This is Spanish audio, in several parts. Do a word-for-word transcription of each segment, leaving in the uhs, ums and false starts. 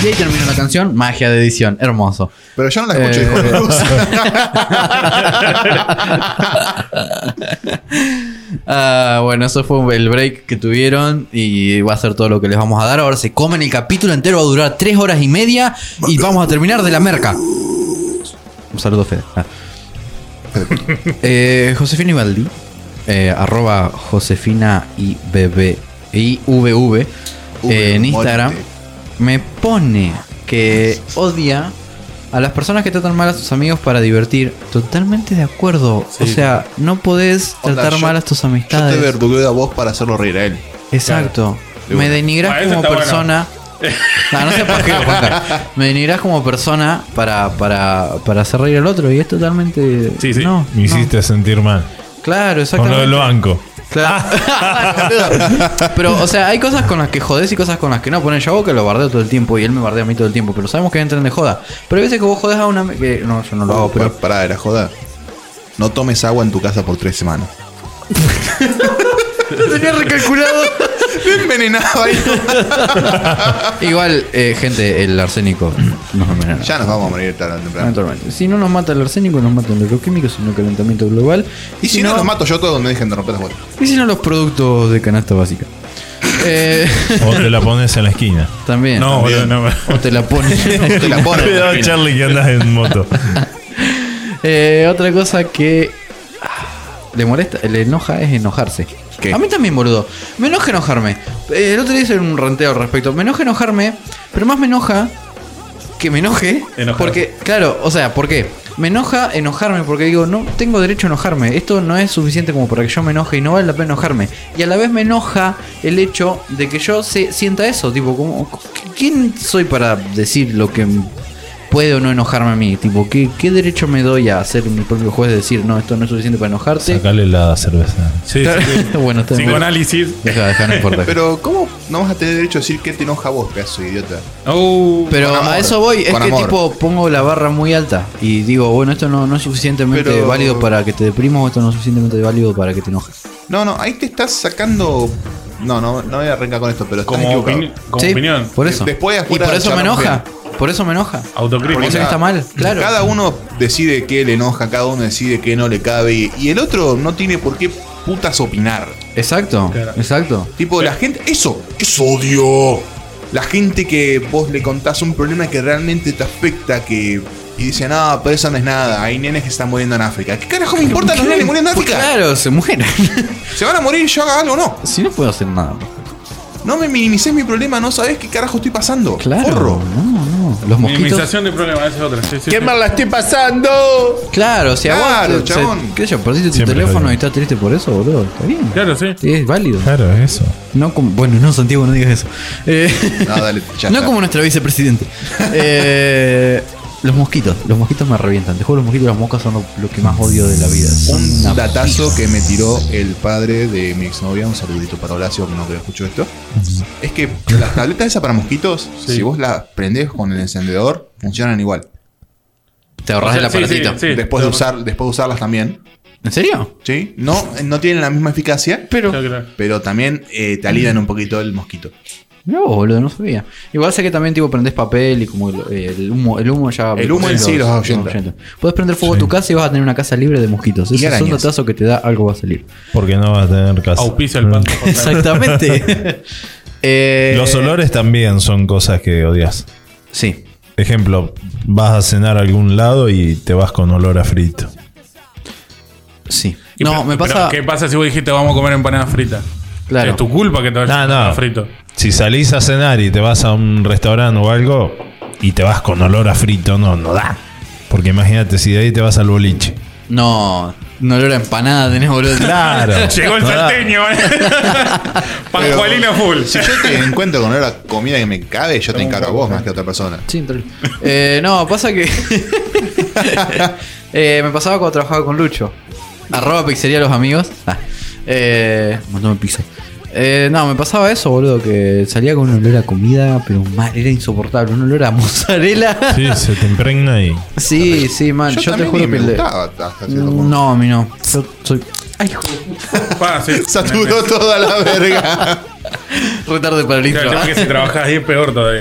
Y ahí termina la canción, magia de edición, hermoso. Pero yo no la escuché, Eh, hijo de luz. Ah, bueno, eso fue el break que tuvieron y va a ser todo lo que les vamos a dar. Ahora se comen el capítulo entero, va a durar tres horas y media y vamos a terminar de la merca. Un saludo, Fede. Ah. eh, Josefina Ibaldi, eh, arroba Josefina I B B I V V eh, en Instagram, me pone que odia a las personas que tratan mal a sus amigos para divertir. Totalmente de acuerdo. Sí. O sea, no podés Onda, tratar yo, mal a tus amistades. Yo te verdugueo a vos para hacerlo reír a él. Exacto. Claro. Me denigrás ah, como persona. Bueno. No, no sé por qué, me denigrás como persona para, para, para hacer reír al otro y es totalmente... Sí, sí. No, me hiciste no. sentir mal. Claro, exactamente. Con lo del banco. Claro. Pero, o sea, hay cosas con las que jodés y cosas con las que no. Ponen yo que lo bardeo todo el tiempo y él me bardea a mí todo el tiempo. Pero sabemos que entran de joda. Pero a veces que vos jodés a una... Que, no, yo no lo hago, pero... Pará, era joda. No tomes agua en tu casa por tres semanas. Lo tenía recalculado. Me envenenaba ahí. Igual, eh, gente, el arsénico nos envenena. Ya nos vamos a morir tarde o temprano. Si no nos mata el arsénico, nos mata el neuroquímico, sino calentamiento global. Y, y si, si no, no, los mato yo todos donde dejen de romper las bolas. Y si no, los productos de canasta básica. Eh... O te la pones en la esquina. También. No, también. no, no. O te la pones. O te la pones. Cuidado, Charlie, que andas en moto. eh, otra cosa que le molesta, le enoja es enojarse. ¿Qué? A mí también, boludo. Me enoja enojarme. Eh, el otro día hice un ranteo al respecto. Me enoja enojarme, pero más me enoja que me enoje. Enojar. Porque, claro, o sea, ¿por qué? Me enoja enojarme porque digo, no tengo derecho a enojarme. Esto no es suficiente como para que yo me enoje y no vale la pena enojarme. Y a la vez me enoja el hecho de que yo se, sienta eso. Tipo, como, ¿quién soy para decir lo que puede o no enojarme a mí? Tipo, ¿qué, qué derecho me doy a ser mi propio juez de decir, no, esto no es suficiente para enojarte? Sacale la cerveza. Sí, sí, sí. Bueno, está bien. Psicoanálisis. Deja, deja, no importa. Pero, ¿cómo no vas a tener derecho a decir qué te enoja a vos, pedazo de idiota? Oh, pero a eso voy, es que amor. tipo pongo la barra muy alta y digo, bueno, esto no, no es suficientemente pero... válido para que te deprimas o esto no es suficientemente válido para que te enojes. No, no, ahí te estás sacando... No, no, no voy a arrancar con esto, pero estás como, equivocado. opini como sí, opinión. Por eso. Después, y por eso me enoja. Bien. Por eso me enoja. Autocrítica. Porque está mal, claro. Cada uno decide qué le enoja, cada uno decide qué no le cabe. Y el otro no tiene por qué putas opinar. Exacto, claro. exacto. Tipo, la gente. Eso, es odio. La gente que vos le contás un problema que realmente te afecta, que. Y dicen, no, pero eso no es nada. Hay nenes que están muriendo en África. ¿Qué carajo me importa los nenes muriendo en África? Claro, se mueren. Se van a morir, yo haga algo o no. Si no puedo hacer nada. No me minimices mi problema, no sabés qué carajo estoy pasando. Claro. Forro. No, no. Los mosquitos. Minimización de problemas, esa es otra. Sí, sí, ¿Qué sí. mal la estoy pasando? Claro, si a claro, vos. chabón. Se, ¿Qué sé yo? Perdiste tu Siempre teléfono y estás triste por eso, boludo. Está bien. Claro, sí. Sí, es válido. Claro, eso. No como, bueno, no, Santiago, no digas eso. Eh, no, dale, ya no está. como nuestra vicepresidente. eh. Los mosquitos, los mosquitos me revientan. Te juro, los mosquitos y las moscas son lo, lo que más odio de la vida. Son un datazo que me tiró el padre de mi exnovia. Un saludito para Horacio, que no creo que escucho esto. Uh-huh. Es que las tabletas esas para mosquitos, sí. si vos las prendés con el encendedor, funcionan igual. Te ahorras o sea, el aparatito. Sí, sí, sí. Después, de usar, después de usarlas también. ¿En serio? Sí. No, no tienen la misma eficacia, pero, claro. pero también eh, te alivian un poquito el mosquito. No, boludo, no sabía. Igual sé que también tipo prendés papel y como el, el humo, el humo ya. El humo en sí los ahuyenta. Puedes prender fuego sí. a tu casa y vas a tener una casa libre de mosquitos. Ese es un datazo que te da, algo va a salir. Porque no vas a tener casa. Auspicia el pan. Exactamente. eh, Los olores también son cosas que odias. Sí. Ejemplo, vas a cenar a algún lado y te vas con olor a frito. Sí. Y no, pero, me pasa. ¿Qué pasa si vos dijiste vamos a comer empanadas fritas? Claro. Es tu culpa que te vayas no, no. frito. Si salís a cenar y te vas a un restaurante o algo y te vas con olor a frito, no, no da. Porque imagínate, si de ahí te vas al boliche. No, no olor a empanada tenés, boludo. Claro. Llegó el no salteño, ¿eh? Pascualina full. Si yo te encuentro con olor a comida que me cabe, yo te encaro a vos más que a otra persona. Sí, eh, no, pasa que eh, me pasaba cuando trabajaba con Lucho. Arroba pizzería los amigos. Ah. Eh, Mandame pizza. Eh, no, me pasaba eso, boludo, que salía con un olor a comida, pero mal, era insoportable, un olor a mozzarella. Sí, se te impregna ahí. Sí, sí, man, yo, yo te juro que me le... gustaba hasta no, a mí no. Yo soy... Ay, hijo de puta. Saturó toda la verga. Retarde para el intro. Claro, que si trabajas ahí es peor todavía.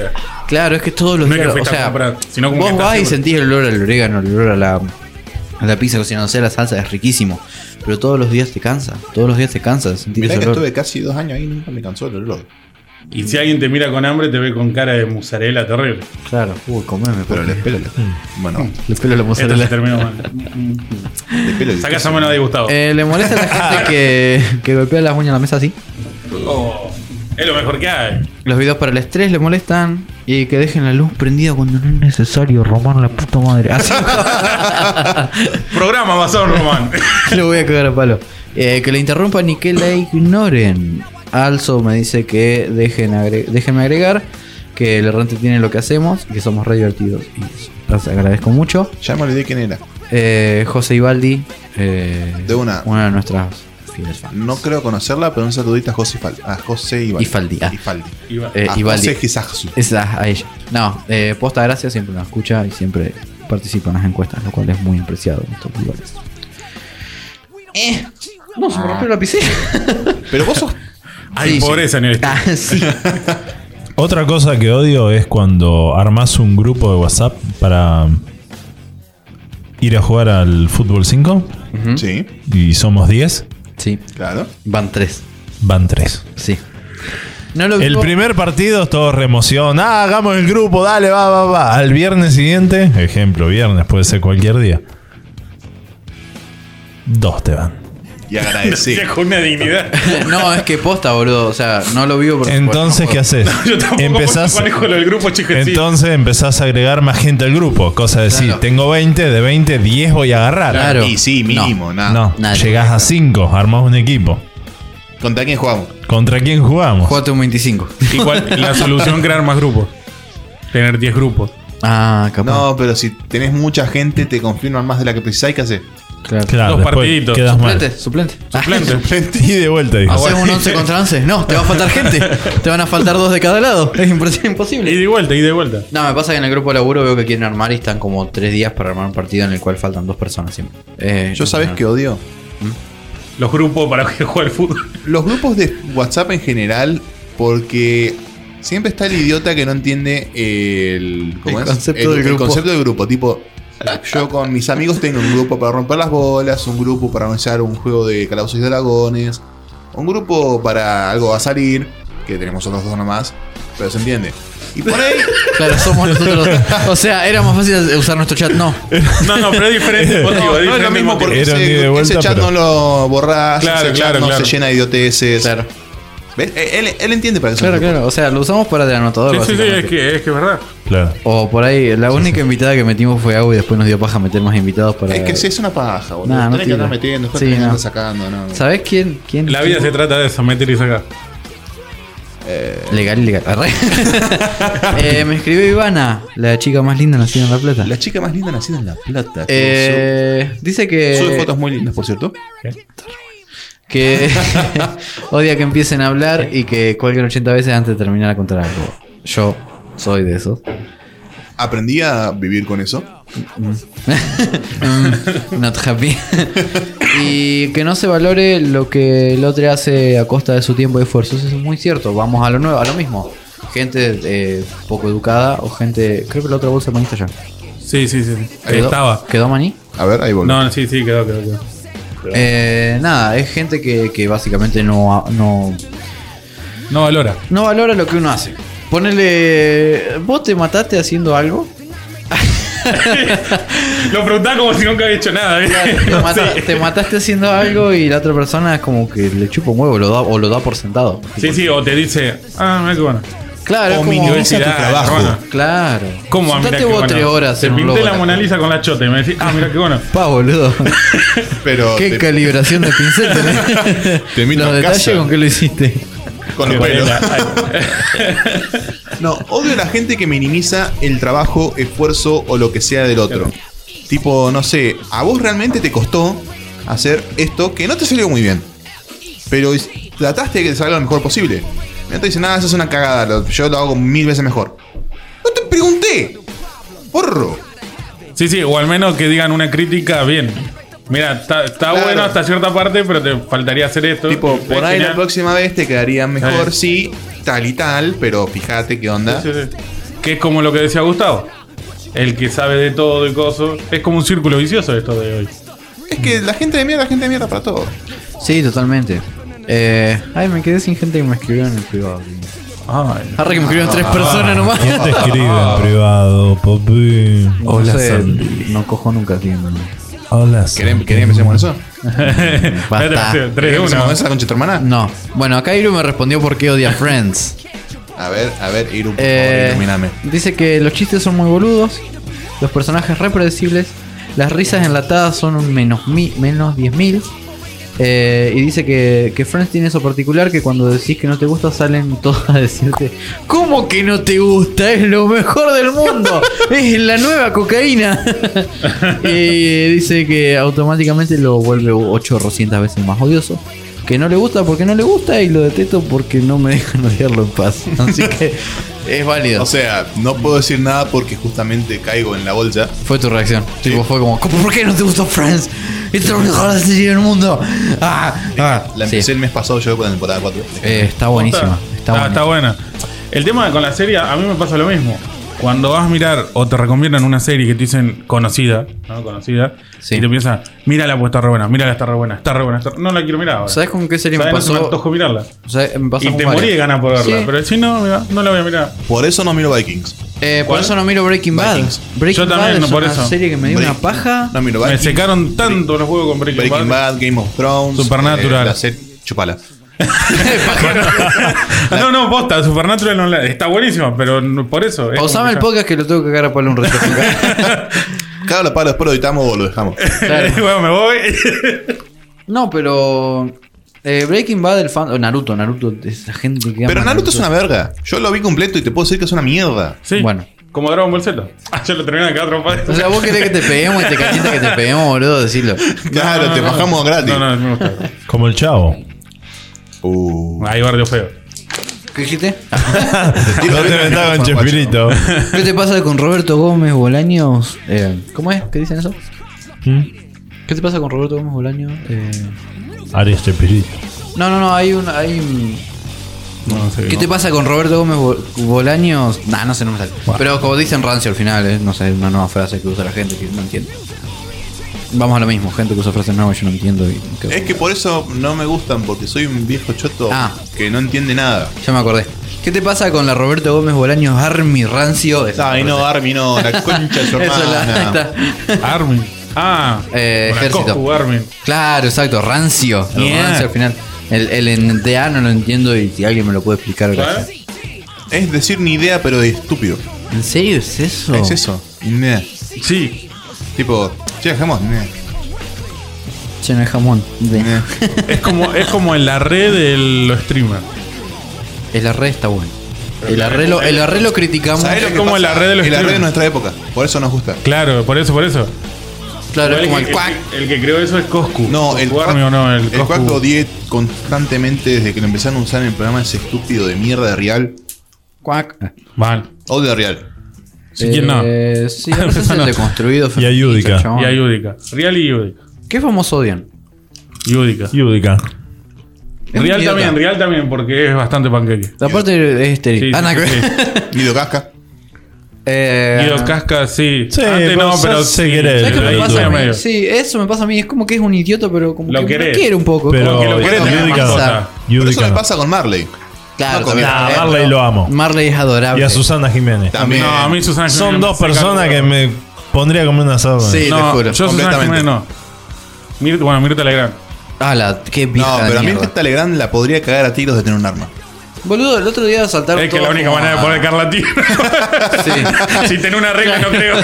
Claro, es que todos los No es que días. O fuiste a sea, comprar, sino como vos que estás vas y siempre- sentís el olor al orégano, el olor a la, a la pizza cocinándose, la salsa, es riquísimo. Pero todos los días te cansa. Todos los días te cansa de sentir Mirá ese que olor. estuve casi dos años ahí y nunca me cansó el olor. Y si alguien te mira con hambre, te ve con cara de mozzarella terrible. Claro, uy, comeme, Pero porque- les pelo. Bueno, le pelo la Esto se mozzarella. terminó mal. les pelo. Sacás a mano de Gustavo. Eh, ¿Le molesta a la gente que, que golpea las uñas en la mesa así? Oh, es lo mejor que hay. Los videos para el estrés le molestan. Y que dejen la luz prendida cuando no es necesario, Román, la puta madre. Así Programa Amazon, Román. lo voy a cagar a palo. Eh, que le interrumpan y que la ignoren. Also me dice que dejen agre- déjenme agregar que el errante tiene lo que hacemos y que somos re divertidos. Y eso. Les agradezco mucho. Ya me olvidé quién era. Eh, José Ibaldi. eh, De una. Una de nuestras fieles fans. No creo conocerla, pero un saludito a José Ifal, a José Ibaldi. Ifaldi, ah. Ifaldi. Iba. Eh, a Ibaldi. José Gizaxu. Esa, a ella. No, eh, posta gracias, siempre nos escucha y siempre participa en las encuestas, lo cual es muy apreciado en estos lugares. Eh, no, se me rompió la lapicera. Pero vos sos. Hay Sí, sí. pobreza en el Ah, sí. Otra cosa que odio es cuando armás un grupo de WhatsApp para ir a jugar al fútbol cinco Ujú. Sí, y somos diez, Sí, claro. van tres. van tres. Sí. No lo El vivo- primer partido es todo reemoción. Ah, hagamos el grupo, dale, va, va, va. Al viernes siguiente, ejemplo, viernes, puede ser cualquier día. Dos te van. Y agradecí. Con una dignidad. No, es que posta, boludo. O sea, no lo vivo porque. Entonces, ¿qué haces? Yo tampoco Empezás, manejo lo del grupo, chicos. sí. entonces empezás a agregar más gente al grupo. Cosa de decir, Claro. tengo veinte, de veinte, diez voy a agarrar. Claro. Y sí, mínimo, nada. No, Nadie. llegás a cinco, armás un equipo. ¿Contra quién jugamos? ¿Contra quién jugamos? Jugate un veinticinco. Igual, la solución crear más grupos. Tener diez grupos. Ah, capaz. No, pero si tenés mucha gente, te confirman más de la que precisás. ¿Qué haces? Claro. Claro, Dos después partiditos. quedas mal. Suplente, suplente. Suplente. Y de vuelta, dijo. ¿Haces un once contra once? No, te va a faltar gente. Te van a faltar dos de cada lado. Es impos- imposible. Y de vuelta, y de vuelta. No, me pasa que en el grupo de laburo veo que quieren armar y están como tres días para armar un partido en el cual faltan dos personas siempre. Eh, Yo sabes que odio. Los grupos para que juegue al fútbol. Los grupos de WhatsApp en general, porque siempre está el idiota que no entiende el, ¿cómo El es? concepto el, del el grupo. concepto del grupo. Tipo, yo con mis amigos tengo un grupo para romper las bolas, un grupo para anunciar un juego de calabozos y dragones, un grupo para algo va a salir, que tenemos otros dos nomás, pero se entiende. Y por ahí, Claro, somos nosotros. O sea, era más fácil usar nuestro chat. No. No, no, pero es diferente motivo. no, no es lo diferente mismo motivo. porque Era un ida y ese, vuelta, ese chat pero- no lo borrás, Claro, ese chat claro, no claro. se llena de idioteces. Claro. ¿Ves? Él, él entiende para qué son Claro, grupos. claro. O sea, lo usamos para el anotador. Sí, sí, sí, básicamente. es que es que es verdad. Claro. O por ahí, la única invitada que metimos fue Agua y después nos dio paja meter más invitados para. Es que sí, es una paja, boludo. Nah, no Tenés que andar tira. metiendo, después Sí, tenés que no. andar sacando, no. ¿Sabés quién? quién La vida se trata de eso, meter y sacar. Legal, ilegal. Arre. eh, me escribió Ivana, la chica más linda nacida en La Plata. La chica más linda nacida en La Plata. que Eh, dice que. sube, sube fotos muy lindas, por cierto. Que odia que empiecen a hablar y que cuelguen ochenta veces antes de terminar a contar algo. Yo soy de esos. Aprendí a vivir con eso. Mm, Not happy. Y que no se valore lo que el otro hace a costa de su tiempo y esfuerzo. Eso es muy cierto. Vamos a lo nuevo, a lo mismo. Gente eh, poco educada o gente. Creo que la otra bolsa maní está allá. Sí, sí, sí. sí. Ahí ¿Quedó- estaba. ¿Quedó maní? A ver, ahí volvemos. No, sí, sí, quedó, quedó, quedó. Eh, nada, es gente que, que básicamente no, no, No valora. no valora lo que uno hace. Ponele. ¿Vos te mataste haciendo algo? Lo preguntaba como si nunca había hecho nada. ¿eh? Te, No mata- sé. te mataste haciendo algo y la otra persona es como que le chupa un huevo lo da, o lo da por sentado. Sí, sí, o te dice, ah, mira qué bueno. Claro, es O como. minimiza tu Universidad, trabajo. hermano. Claro. ¿Cómo? Ah, Sentate mirá qué vos bueno. tres horas Te en un pinté logo la de Mona la- Lisa con la chota y me decís, ah, mira qué bueno. Pa, boludo. Pero Qué te- calibración de pincel tenés. Te miro Los a detalles casa. con qué lo hiciste. con los pelos. No, odio a la gente que minimiza el trabajo, esfuerzo o lo que sea del otro. Tipo, no sé, a vos realmente te costó hacer esto que no te salió muy bien. Pero is- trataste de que te salga lo mejor posible. No te dicen, nada, eso es una cagada, lo- yo lo hago mil veces mejor. No te pregunté. Porro. Sí, sí, o al menos que digan una crítica bien. Mira, está, está Claro. bueno hasta cierta parte, pero te faltaría hacer esto. Tipo, Es por ahí la genial. próxima vez te quedaría mejor, Sí. sí, tal y tal, pero fíjate qué onda. Sí, sí, sí. que es como lo que decía Gustavo. El que sabe de todo y cosas. Es como un círculo vicioso esto de hoy. Es que la gente de mierda, la gente de mierda para todo. Sí, totalmente. Eh, ay, me quedé sin gente que me escribió en el privado. Ay. Arre que me escribieron tres personas nomás. ¿Quién te escribe en privado, papi? Hola, no, sé, no cojo nunca tiempo. Hola, ¿Querés que empecemos con eso? Basta. tres de ¿Empecemos con uno. esa concha de tu hermana? No. Bueno, acá Iru me respondió por qué odia Friends. A ver, a ver, Iru, por Eh, favor, iluminame. dice que los chistes son muy boludos, los personajes re predecibles, las risas enlatadas son un menos, mi, menos diez mil. Eh, y dice que, que Friends tiene eso particular que cuando decís que no te gusta salen todos a decirte ¿cómo que no te gusta? Es lo mejor del mundo. Es la nueva cocaína. Y dice que automáticamente lo vuelve ochocientas veces más odioso. Que no le gusta porque no le gusta y lo detesto porque no me dejan odiarlo en paz. Así que es válido. O sea, no puedo decir nada porque justamente caigo en la bolsa. Fue tu reacción. Sí. Tipo, fue como, ¿por qué no te gustó Friends? Es la mejor serie del mundo. Ah, ah. La Sí. empecé el mes pasado yo con la temporada cuatro. Eh, está buenísima. Está, Está, está buena. buena. El tema con la serie, a mí me pasa lo mismo. Cuando vas a mirar o te recomiendan una serie que te dicen conocida, ¿no? Conocida, Sí. y te piensas, mírala, pues está re buena, mírala, está re buena, está re buena, está re- no la quiero mirar ahora. ¿Sabes con qué serie me ¿Sabes? No se me pasó? antojo mirarla. O sea, me pasó Y con te varias. morí de ganas por verla, Sí. pero si no, mira, no la voy a mirar. Por eso no miro Vikings. Eh, por ¿Cuál? eso no miro Breaking Bad. Vikings. Breaking Yo también, Bad no, es por una eso. serie que me dio una Break- paja. No miro Me Vikings. secaron tanto los juegos con Breaking, Breaking Bad. Bad, Game of Thrones. Supernatural. eh, la serie. Chupala. no, no, posta, Supernatural no la- está buenísima, pero no- por eso. es Pausame como el que podcast que lo tengo que cagar a palo un reto. Cada lo paro, después lo editamos o lo dejamos. ya- bueno, me voy. No, pero eh, Breaking Bad, el fan. O Naruto, Naruto, es la gente que ama Pero Naruto es una verga. Yo lo vi completo y te puedo decir que es una mierda. Sí, Bueno. como Dragon Ball Z. Ah, yo lo terminé acá trompada. O sea, vos querés que te peguemos y te calienta que te peguemos, boludo, decirlo. Claro, te bajamos gratis. No, no, me gusta. Como el chavo. Uh. Ahí barrio feo. ¿Qué dijiste? No te metas con Chespirito. ¿Qué te pasa con Roberto Gómez Bolaños? Eh, ¿Cómo es? ¿Qué dicen eso? ¿Mm? ¿Qué te pasa con Roberto Gómez Bolaños? Eh, Aries Chespirito. no, no, no, hay un... Hay un No, no sé. ¿Qué te pasa con Roberto Gómez Bo- Bolaños? Nah, no sé, no me sale. Pero como dicen rancio al final, eh, no sé, una nueva frase que usa la gente que no entiende. Vamos a lo mismo, gente que usa frases nuevas yo no entiendo. Y me quedo- Es que por eso no me gustan, porque soy un viejo choto Ah. que no entiende nada. Ya me acordé. ¿Qué te pasa con la Roberto Gómez Bolaños Army Rancio? Esa Ay, frase. no, Army, no, la concha de su Eso es la- hermana. está. Armin. Ah, Eh, con la ejército. Coscu, Armin. Claro, exacto, rancio. El Yeah. rancio al final. El, el N T A no lo entiendo y si alguien me lo puede explicar, gracias. ¿Sabes? Es decir, ni idea, pero de estúpido. ¿En serio es eso? Es eso, ni idea. Sí. Tipo, che, dejemos, ni idea. Che, no es jamón. Ni idea. Es como, es como en la red de los streamers. El arre está bueno. El arre lo, el arre lo criticamos. ¿Sabés lo Es que como pasa? la red de los Es la red de streamers. nuestra época, por eso nos gusta. Claro, por eso, por eso. Claro, es el, como que, el el cuac. que- el que creó eso es Coscu. No, el Coscu Quack, Army o no, el, el Coscu. Quack lo odié constantemente desde que lo empezaron a usar en el programa ese estúpido de mierda de Real. Cuac. Mal. Odio a Real. Si quién no. Eh, sí, a veces el deconstruido. Y a Yudica. chabón. Y a Yudica. Real y Yudica. ¿Qué famoso odian? Yudica. Yudica. Es un Real idiota. también, Real también, porque es bastante panqueque. Aparte es estéril. Sí, ah, sí, nada que sí. ver. Guido Casca. Eh, Guido Casca, sí. Sí, Antes no, vos pero sos- sí. se querés, ¿Sabes qué me Ahí pasa a tuve mí? medio. Sí, eso me pasa a mí. Es como que es un idiota, pero como Lo que querés. me quiere un poco. Pero- Como que Porque lo querés tener Yudica- mascota. Pero eso Yudica me no. pasa con Marley. Claro, No, con también. Marley. Nah, Marley lo amo. Marley es adorable. Y a Susana Jiménez. También. No, a mí Susana Son Jiménez dos me personas saca que el- me pondría como una asado. Sí, te No, juro. yo Susana completamente. Jiménez no. Mirta, bueno, Mirta Legrand. Ah, la, qué No, vieja de pero a mí mierda. esta Legrand la podría cagar a tiros de tener un arma. Boludo, el otro día saltaron Es que la todos única como manera de a- poner Carlatino. Sí. Si tiene una regla, no creo.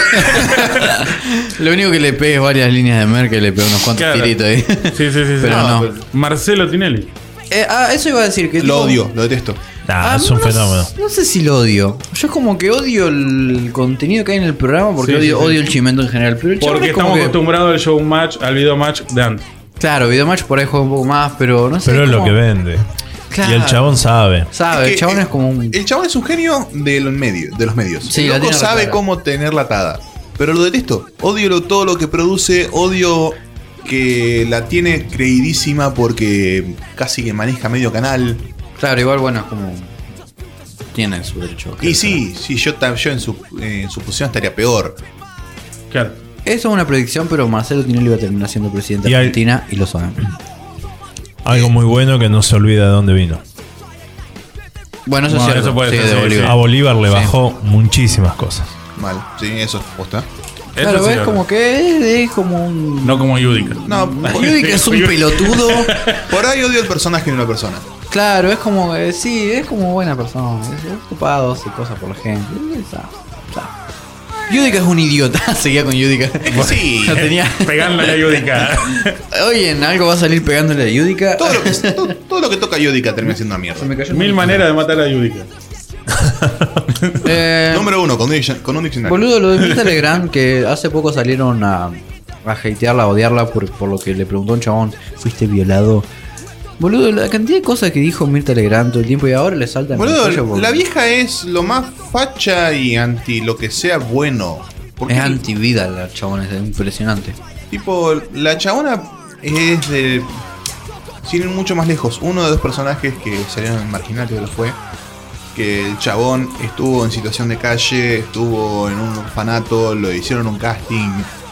Lo único que le pegué es varias líneas de Merkel, le pegó unos cuantos Claro. tiritos ahí. Sí, sí, sí. sí. Pero no. Marcelo Tinelli. Eh, ah, eso iba a decir que Lo tipo- odio, lo detesto. Nah, Ah, es un no, fenómeno. No sé si lo odio. Yo es como que odio el contenido que hay en el programa porque Sí, odio, sí, sí. odio el chimento en general. Pero el chabón Porque es como estamos que- acostumbrados al show match, al video match de antes. Claro, Videomatch por ahí juega un poco más, pero no sé. Pero es lo como- que vende. Claro. Y el chabón sabe. Sabe, Es el que chabón el- es como un. El chabón es un genio de los medios. De los medios. Sí, el la loco tiene sabe reclara. cómo tenerla atada. Pero lo detesto. Odio lo- todo lo que produce. Odio que la tiene creidísima porque casi que maneja medio canal. Claro, igual bueno, es como. tiene su derecho. Y sí, sí, yo, ta- yo en, su, eh, en su posición estaría peor. Claro. Eso es una predicción, pero Marcelo Tinelli va a terminar siendo presidente Y de hay- Argentina y lo saben. Algo muy bueno que no se olvida de dónde vino. Bueno, eso Bueno, es cierto. eso puede sí, ser, de sí, Bolívar. A Bolívar le Sí. bajó muchísimas cosas. Mal, sí, eso es posta. Eso Claro, sí, es verdad. como que es, es como un... No como Yudica. No, por, Yudica es un pelotudo. por ahí odio el personaje de una persona. Claro, es como, eh, sí, es como buena persona. Es, es ocupado, hace cosas por la gente. Esa, esa. Yudica es un idiota. Seguía con Yudica. Sí, La tenía. Pegándole a Yudica. Oye, en algo va a salir pegándole a Yudica. todo lo que, todo, todo lo que toca Yudica termina siendo una mierda. Se me cayó el Mil monitor. maneras de matar a Yudica. Eh, Número uno, con un, dic- con un diccionario. Boludo, lo de Mirta Legrand, que hace poco salieron a, a hatearla, a odiarla por, por lo que le preguntó un chabón, ¿fuiste violado? Boludo, la cantidad de cosas que dijo Mirta Legrand todo el tiempo y ahora le saltan al cuello Boludo, porque la vieja es lo más facha y anti lo que sea bueno. Porque es antivida la chabona, es impresionante. Tipo, la chabona es de. Sin ir mucho más lejos, uno de dos personajes que salieron en Marginal, que lo fue. Que el chabón estuvo en situación de calle, estuvo en un orfanato, lo hicieron un casting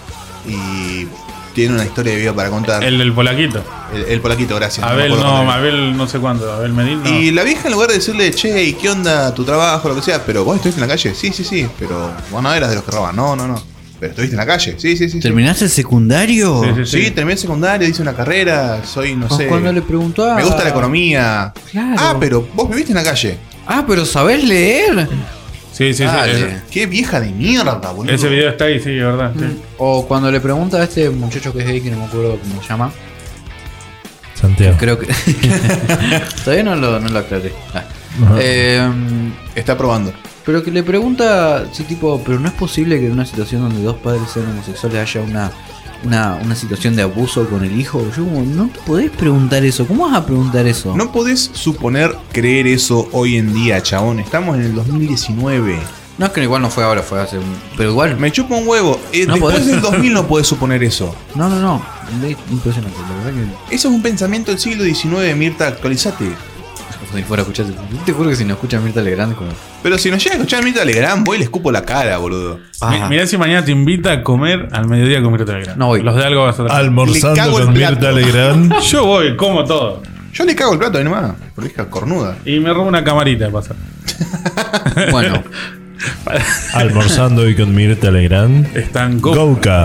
y tiene una historia de vida para contar. El del polaquito. El, el polaquito, gracias. me Abel acuerdo no, cómo era. Abel no sé cuánto. Abel Medina. No. Y la vieja, en lugar de decirle, che, ¿y qué onda tu trabajo, lo que sea? Pero vos estuviste en la calle, sí, sí, sí, pero vos no eras de los que roban, no, no, no. Pero estuviste en la calle, sí, sí, sí. sí. ¿Terminaste el secundario? Sí, sí, Sí, sí. terminé el secundario, hice una carrera, soy, no sé. Cuando le preguntó a... Me gusta la economía. Claro. Ah, pero vos viviste en la calle. Ah, pero ¿sabés leer? Sí, sí, sí. Dale. ese- Qué vieja de mierda, boludo. Ese video está ahí, sí, de verdad. sí. O cuando le pregunta a este muchacho que es gay, que no me acuerdo cómo se llama. Santiago. Creo que... Todavía no lo, no lo aclaré. Ah. Ajá. Eh, Está probando. pero que le pregunta, sí, tipo, pero no es posible que en una situación donde dos padres sean homosexuales haya una, una, una situación de abuso con el hijo. Yo como, no podés preguntar eso. ¿Cómo vas a preguntar eso? No podés suponer creer eso hoy en día, chabón. Estamos en el dos mil diecinueve. No, es que igual no fue ahora, fue hace un... Pero igual... Me chupa un huevo. Eh, No después podés. del dos mil no podés suponer eso. No, no, no. Es impresionante. La verdad que... Eso es un pensamiento del siglo diecinueve, Mirta, actualizate. Si fuera a escuchar... Te juro que si no escuchas Mirta Legrand como... Pero si nos llega a escuchar Mirta Legrand, voy y le escupo la cara, boludo. Mi- Ah. Mirá si mañana te invita a comer al mediodía con Mirta Legrand. No voy. Los de algo vas a traer. Le Almorzando cago el con plato. Mirta Legrand. Yo voy, como todo. Yo le cago el plato ahí nomás, por hija cornuda. Y me robo una camarita de pasar. Bueno. Almorzando hoy con Mirta Legrand. Están go. Gouka.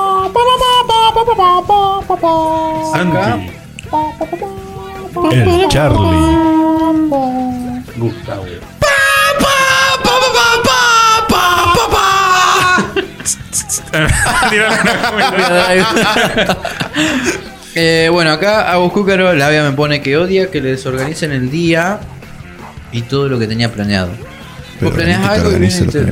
Santi. El Charlie. Gustavo. Tiraron una- Eh, bueno, acá Agus Cúcaro, la Avia me pone que odia que le desorganicen el día y todo lo que tenía planeado. Vos planeás algo y viene y te...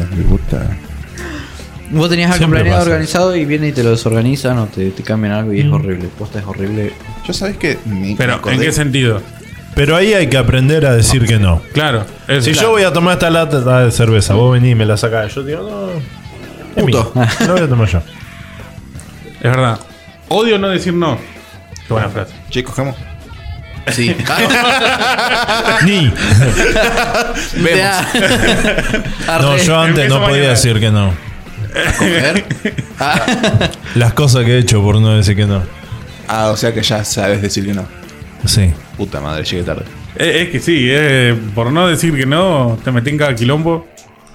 Vos tenías algo Siempre planeado, pasa. organizado y viene y te lo desorganizan o te, te cambian algo y es horrible. Posta es horrible. Yo sabés que me, me Pero, acordé- ¿en qué sentido? Pero ahí hay que aprender a decir que no. Claro. eso. Si yo voy a tomar esta lata de cerveza, vos venís y me la sacás, yo digo, no. Es Puto. mía. No voy a tomar yo. Es verdad. Odio no decir no. Qué buena frase. Che, cogemos. Sí. Ni. Vemos. No, yo antes Empiezo no podía mañana. decir que no. coger. Ah. Las cosas que he hecho por no decir que no. Ah, o sea que ya sabes decir que no. Sí. Puta madre, llegué tarde. Eh, es que sí, eh, por no decir que no, te metí en cada quilombo.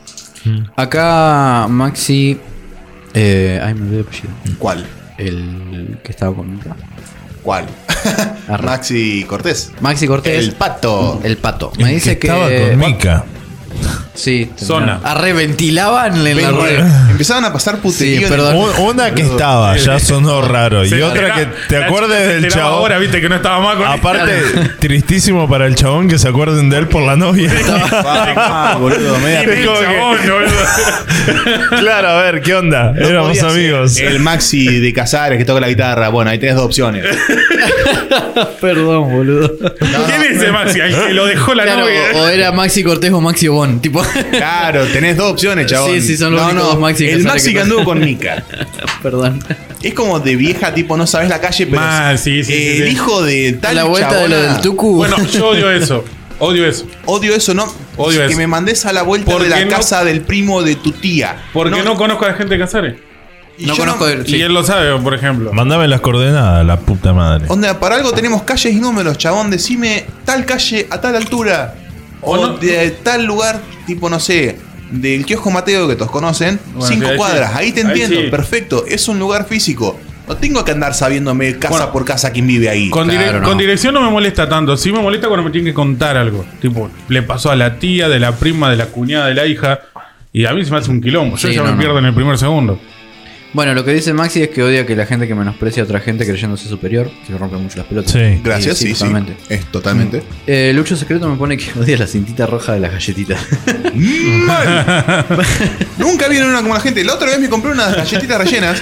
Acá Maxi. Eh, ay, me olvidé el apellido. ¿Cuál? El que estaba con Mica. ¿Cuál? Arre. Maxi Cortés. Maxi Cortés. El pato. El pato. El Me dice que. estaba con Mica. Sí. Zona. Arreventilaban en la Ven, red. Empezaban a pasar puterío. Sí, en- perdón. Un- Una que estaba, ya sonó raro. Y Se otra que entera- te la acuerdes chica se del enteraba chabón. Ahora viste que no estaba mal con Aparte, tristísimo para el chabón que se acuerden de él por la novia. Ah, boludo, media- Y el como que- chabón, boludo. Claro, a ver, ¿qué onda? No Éramos podía ser amigos. El Maxi de Casares que toca la guitarra. Bueno, ahí tenés dos opciones. Perdón, boludo. ¿Quién es ese Maxi? Al que lo dejó la Claro, novia. o, o era Maxi Cortés o Maxi Obón. Tipo. Claro, tenés dos opciones, chabón. Sí, sí, son los no, únicos no, dos Maxi que El sale Maxi que que pasa. anduvo con Mica. Perdón. Es como de vieja, tipo, no sabes la calle, pero. Mal, sí, sí, el sí, sí. hijo de A tal la vuelta de lo chabona. del Tucu. Bueno, yo odio eso. Odio eso. Odio eso, ¿no? Odio que eso. me mandes a la vuelta ¿Por de la qué no? casa del primo de tu tía. Porque no, conozco a la gente de Casares. y No yo conozco el- Y sí. él lo sabe, por ejemplo. Mandame las coordenadas, la puta madre. Onda, para algo tenemos calles y números, chabón. Decime tal calle a tal altura. O, O no- de tal lugar, tipo, no sé, del kiosco Mateo que todos conocen. Bueno, cinco sí, ahí cuadras. sí. Ahí te Ahí entiendo. sí. Perfecto. Es un lugar físico. No tengo que andar sabiéndome casa Bueno, por casa quién vive ahí. Con, Claro, direc- no. con dirección no me molesta tanto. Sí me molesta cuando me tienen que contar algo. Tipo, le pasó a la tía, de la prima, de la cuñada, de la hija. Y a mí se me hace un quilombo. Yo Sí, ya no, me no. pierdo en el primer segundo. Bueno, lo que dice Maxi es que odia que la gente que menosprecia a otra gente creyéndose superior, que le rompe mucho las pelotas. Sí. Gracias, Sí, sí, sí, sí. totalmente. Es totalmente. Eh, Lucho Secreto me pone que odia la cintita roja de las galletitas. ¡Mal! Nunca vieron una como la gente. La otra vez me compré unas galletitas rellenas.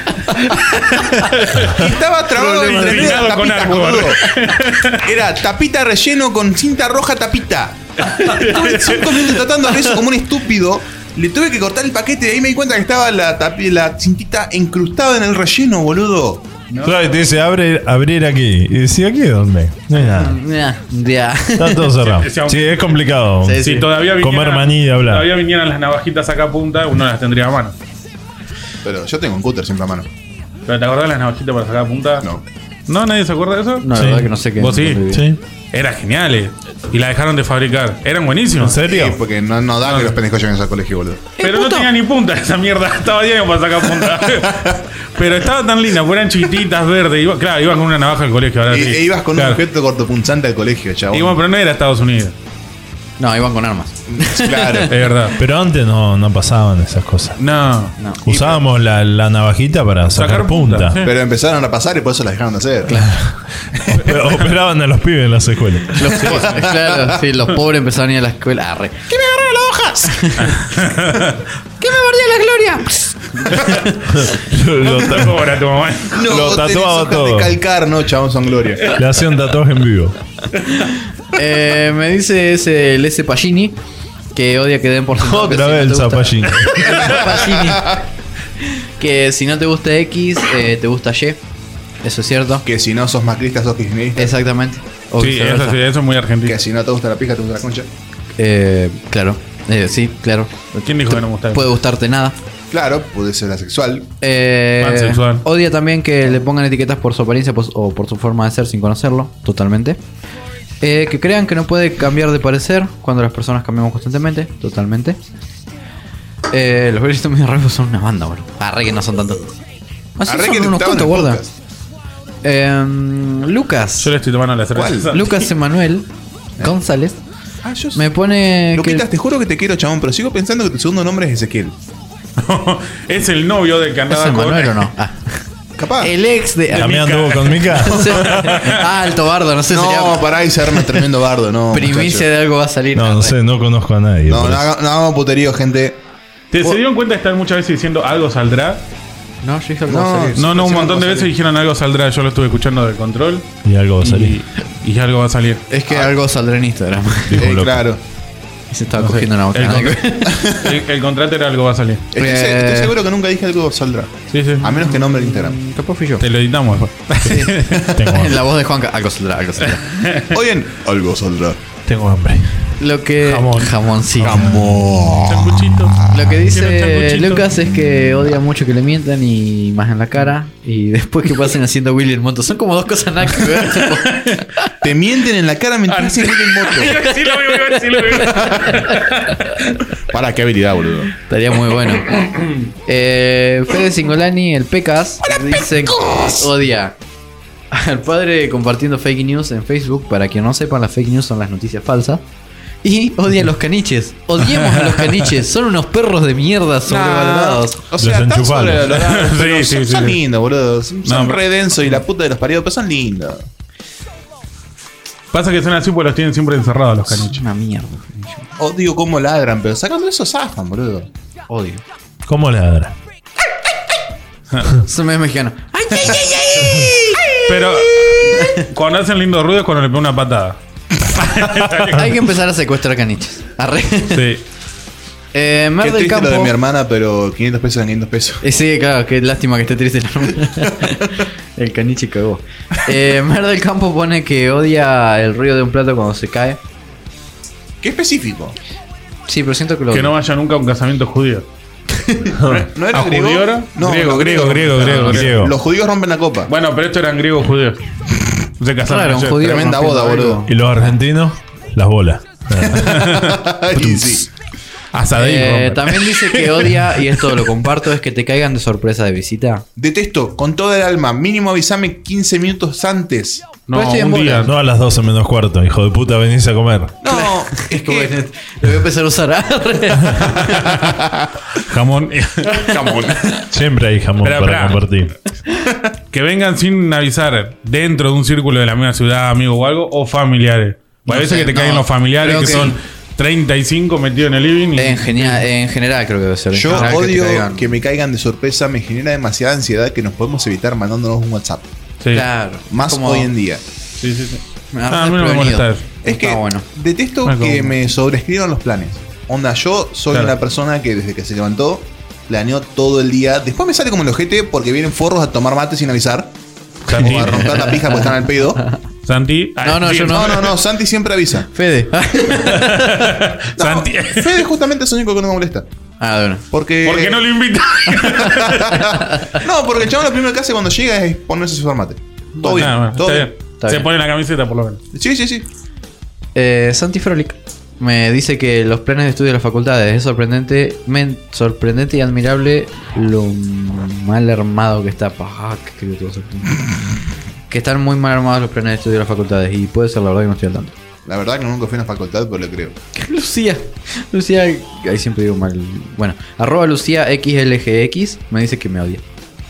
Y estaba trabado Problema entre medio de asignado las con tapitas, árbol. boludo. Era tapita relleno con cinta roja tapita. Estuve cinco minutos tratando de hacer eso como un estúpido. Le tuve que cortar el paquete y ahí me di cuenta que estaba la, tapi- la cintita incrustada en el relleno, boludo. Claro, y te dice, abre, abrir aquí. Y decía, ¿aquí dónde? No hay nada. Ya, ya. Está todo cerrado. Sí, sí, Sí, es complicado. Sí, Si sí. todavía vinieran, Comer maní y hablar. todavía vinieran las navajitas acá a punta, uno las tendría a mano. Pero yo tengo un cúter siempre a mano. ¿Pero te acordás de las navajitas para sacar a punta? No. ¿No? ¿Nadie se acuerda de eso? No, la Sí. verdad que no sé qué. ¿Vos sí? dónde viví. Sí. Eran geniales. Y la dejaron de fabricar. Eran ¿En buenísimas. serio? Sí, porque no, no da que los pendejos lleguen al colegio, boludo. Pero no tenía ni punta esa mierda. Estaba lleno para sacar punta. Pero estaba tan linda, porque eran chiquititas, verdes. Iba, claro, iban con una navaja al colegio. Ahora E, sí. e ibas con Claro. un objeto cortopunzante al colegio, chabón. Y bueno, pero no era Estados Unidos. No, iban con armas. Claro. Es verdad. Pero antes no, no pasaban esas cosas. No. No. Usábamos la, la navajita para sacar, Sacar punta. punta, sí. Pero empezaron a pasar y por eso las dejaron de hacer. Pero operaban a los pibes en las escuelas. Los pobres, claro, sí, los pobres empezaron a ir a la escuela. Arre. ¿Qué me agarró las hojas? ¿Qué me mordía la gloria? lo, ta- Cobra tu mamá. No, Lo tenés tatuaba hojas todo. de calcar, no, chabón, son gloria. le hacían tatuaje en vivo. Eh, me dice ese, el S. Pagini que odia que den por sentado Otra que si vez el no te gusta- zapallín. Pagini. Que si no te gusta X, eh, te gusta Y. Eso es cierto. Que si no sos macrista, sos kirchnerista. Exactamente. O Sí, viceversa. eso, sí, eso es muy argentino. Que si no te gusta la pija, te gusta la concha. Eh, claro. Eh, sí, claro. ¿Quién dijo que no me gustaba? Puede gustarte nada. Claro, puede ser asexual. Eh, Pansexual. odia también que le pongan etiquetas por su apariencia pos- o por su forma de ser sin conocerlo, totalmente. Eh, que crean que no puede cambiar de parecer cuando las personas cambiamos constantemente, totalmente. Eh, los Brillitos Medio Rápidos son una banda, boludo. Arre que no son tantos. Ah, sí, Arre son que unos estaban cuantos, en el guarda. podcast. Eh, Lucas. Yo le estoy tomando la cerveza. ¿Cuál? Lucas Emanuel González Ah, yo me pone Luquitas, que te juro que te quiero, chabón, pero sigo pensando que tu segundo nombre es Ezequiel. Es el novio del que ¿es andaba con. Emanuel o no? Ah. Capaz. El ex de También anduvo con Mica. ah, Alto Bardo, no sé si No, sería pará y se arma tremendo bardo, no. primicia muchacho. de algo va a salir. No, no sé, no conozco a nadie. No, por no, eso. haga- no hagamos puterío, gente. ¿Te se dieron cuenta de estar muchas veces diciendo algo saldrá? No, yo dije algo No, va a salir. No, no, un Sí, montón de algo veces salió. dijeron algo saldrá. Yo lo estuve escuchando del control. Y algo va a Y, salir. y algo va a salir. Es que algo saldrá en Instagram. Dijo Eh, loco. claro. Y se estaba No sé, cogiendo una boca. el, Nada que contra- ver. el, el contrato era algo va a salir. Estoy, se- Eh. estoy seguro que nunca dije algo saldrá. Sí, sí. A menos que nombre el Instagram. Capaz fui yo. Te lo editamos después. Tengo hambre. La voz de Juanca. Algo saldrá, algo saldrá. Oigan, algo saldrá. Tengo hambre. Lo que. Jamón. Jamoncito. Changuchito. Lo que Quiero dice changuchito. Lucas es que odia mucho que le mientan y más en la cara. Y después que pasen haciendo Willy en moto. Son como dos cosas nada que ver. Te mienten en la cara mientras Ah, hacen sí. en moto. Iba a decir lo mismo, iba a decir lo mismo. Para, qué habilidad, boludo. Estaría muy bueno. Eh, Fede Singolani, el Pecas, dice que odia al padre compartiendo fake news en Facebook. Para quien no sepan, las fake news son las noticias falsas. Y odia a los caniches. Odiemos a los caniches. Son unos perros de mierda sobrevalorados. O sea, están Desenchufalos. sobrevalorados, pero Sí, son, sí, son sí. lindos, boludo. Son, son No, re densos y la puta de los paridos, pero son lindos. Pasa que son así porque los tienen siempre encerrados los Es caniches. una mierda. Odio cómo ladran, pero sacando eso zafan, boludo. Odio. ¿Cómo ladra? Son medio mexicanos. ¡Ay, ay, ay, ay! Pero cuando hacen lindos ruidos es cuando le pega una patada. Hay que empezar a secuestrar caniches. Arre. Sí. Eh, Mer Qué del triste lo de Campo. mi hermana, pero quinientos pesos en quinientos pesos. Eh, sí, claro, qué lástima que esté triste la hermana. El caniche cagó. Eh, Mer del Campo pone que odia el ruido de un plato cuando se cae. Qué específico. Sí, pero siento que lo Que odio. no vaya nunca a un casamiento judío. ¿No era ¿A griego? judío era? No, griego, no, griego, griego, no, griego, no, griego. Los judíos rompen la copa. Bueno, pero estos eran griegos judíos. Se casaron Claro, un ayer. judío Tremenda rompiendo boda, algo. boludo. Y los argentinos, las bolas. Y sí. Asadín, Eh, rompen. también dice que odia, y esto lo comparto, es que te caigan de sorpresa de visita. Detesto con toda el alma. Mínimo avisame quince minutos antes. No, Pero estoy en un día. bola. No a las doce menos cuarto, hijo de puta, venís a comer. No, es que. Lo voy a empezar a usar. Jamón. Jamón. Siempre hay jamón Espera, para espera. compartir. Que vengan sin avisar dentro de un círculo de la misma ciudad, amigo o algo, o familiares. O a No veces sé, que te no, caen los familiares creo que, que- son treinta y cinco metidos en el living. Y, En, genia- en general creo que debe ser. En Yo general que te odio caigan. que me caigan de sorpresa. Me genera demasiada ansiedad que nos podemos evitar mandándonos un WhatsApp. sí. Claro. Más como- hoy en día. Sí, sí, sí. Me Ah, agarra a mí no me desprevenido. molesta eso. Es Está que bueno. detesto Ah, que como- me sobreescriban los planes. Onda, yo soy Claro. una persona que desde que se levantó planeó todo el día. Después me sale como el ojete porque vienen forros a tomar mate sin avisar. Santi. O a romper la pija porque están al pedo. Santi. No, no, sí, yo No, no, no. Santi siempre avisa. Fede. No, Santi. Fede justamente es el único que no me molesta. Ah, bueno. Porque. ¿Por qué no lo invita? No, porque el chabón lo primero que hace cuando llega es ponerse su mate. Todo bien. Ah, bueno, todo está bien. bien. Está Se bien. pone la camiseta por lo menos. Sí, sí, sí. Eh, Santi Frolic me dice que los planes de estudio de las facultades es sorprendente, men- sorprendente y admirable lo mal armado que está. Ah, qué escribo todo eso. Que están muy mal armados los planes de estudio de las facultades. Y puede ser la verdad que no estoy al tanto. La verdad que nunca fui a una facultad, pero le creo. Lucía. Lucía. Ahí siempre digo mal. Bueno, arroba Lucía X L G X me dice que me odia.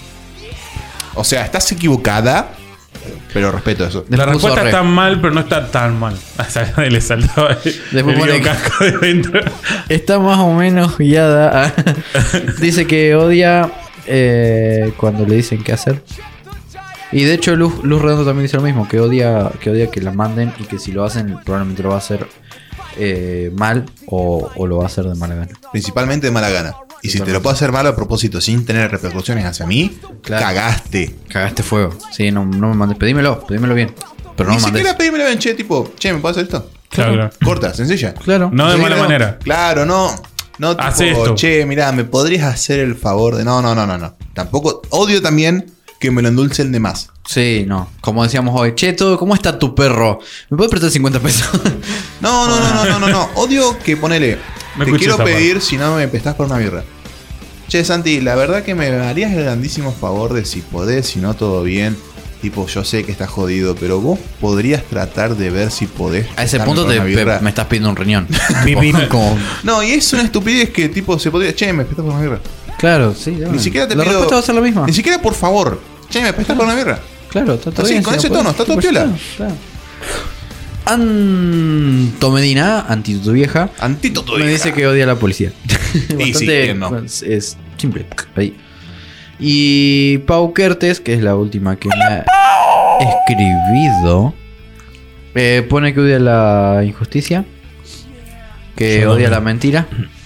O sea, estás equivocada, pero respeto eso. Después La puso respuesta re. está mal, pero no está tan mal. O sea, le saltó el Después pone video que- casco de dentro. Está más o menos guiada. a- Dice que odia eh, cuando le dicen qué hacer. Y de hecho Luz, Luz Redondo también dice lo mismo, que odia, que odia que la manden y que si lo hacen probablemente lo va a hacer eh, mal o, o lo va a hacer de mala gana. Principalmente de mala gana. Y si te lo puedo hacer mal a propósito sin tener repercusiones hacia mí, Claro. cagaste. Cagaste fuego. Sí, no, no me mandes. Pedímelo, pedímelo bien. Pero no Ni me mandes. siquiera pedímelo bien, che, tipo, che, ¿me puedo hacer esto? Claro, claro. Corta, sencilla. Claro. No de Sí, mala no, manera. Claro, no. No, tipo, Haz esto. che, mirá, ¿me podrías hacer el favor de.? No, no, no, no, no. Tampoco. Odio también que me lo endulcen de más. Sí, no. Como decíamos hoy. Che, todo, ¿cómo está tu perro? ¿Me puedes prestar cincuenta pesos? No, no, no, no, no, no, no. Odio que ponele. No te escuché quiero esa pedir si no me prestás por una birra. Che, Santi, la verdad que me harías el grandísimo favor de si podés, si no todo bien. Tipo, yo sé que estás jodido, pero vos podrías tratar de ver si podés. A ese prestarme punto por te, una birra. pe- me estás pidiendo un riñón. Tipo, como- No, y es una estupidez que tipo se podría. Che, me prestás por una birra. Claro, sí. Ni siquiera te La pido. respuesta va a ser la misma. Ni siquiera por favor. Che, me prestás por una birra. Claro, está todo Así, bien. con si ese no tono, podés, está todo tipo, ya piola. está, claro. Antomedina, Anti tu vieja, Antito tu me hija. dice que odia a la policía. Bastante sí, ¿quién no? es, es simple. Ahí. Y Pau Kertes, que es la última que me ha escribido, eh, pone que odia la injusticia, que Yo odia también. la mentira,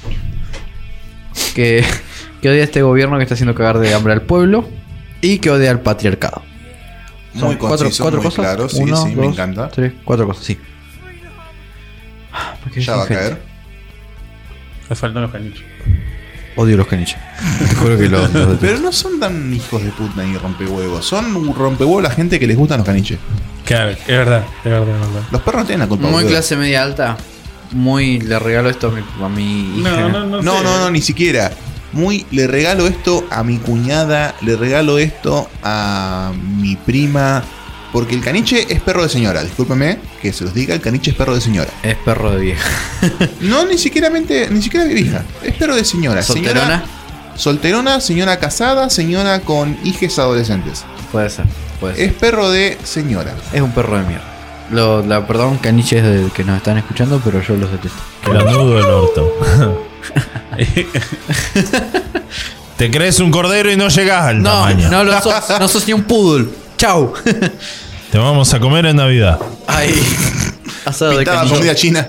que, que odia a este gobierno que está haciendo cagar de hambre al pueblo y que odia al patriarcado. Son Muy cuatro, conciso, cuatro muy cosas. claro. Sí, Uno, sí, me dos, encanta. Tres, cuatro cosas, sí. Ah, me quedé Ya sin va a gente. caer. Me faltan los caniches. Odio los caniches. Te juro que los, los detesto. Pero no son tan hijos de puta ni rompehuevos. Son rompehuevos la gente que les gustan los caniches. Claro, es verdad, es verdad, es verdad. Los perros no tienen la culpa. Muy boludo. clase media alta. Muy le regalo esto a mi, a mi hija. No, no, no. No, sé. no, no, ni siquiera. Muy, le regalo esto a mi cuñada, le regalo esto a mi prima. Porque el caniche es perro de señora. Discúlpeme que se los diga, el caniche es perro de señora. Es perro de vieja. No, ni siquiera, ni siquiera de vieja. Es perro de señora. ¿Solterona? Señora, solterona, señora casada, señora con hijes adolescentes. Puede ser, puede ser. Es perro de señora. Es un perro de mierda. Lo, la, perdón, caniches de, que nos están escuchando, pero yo los detesto. Granudo del orto. Te crees un cordero y no llegás al No, tamaño. no lo sos, no sos ni un poodle. Chau. Te vamos a comer en Navidad. Ay. Asado de Pintada caniche. comida china.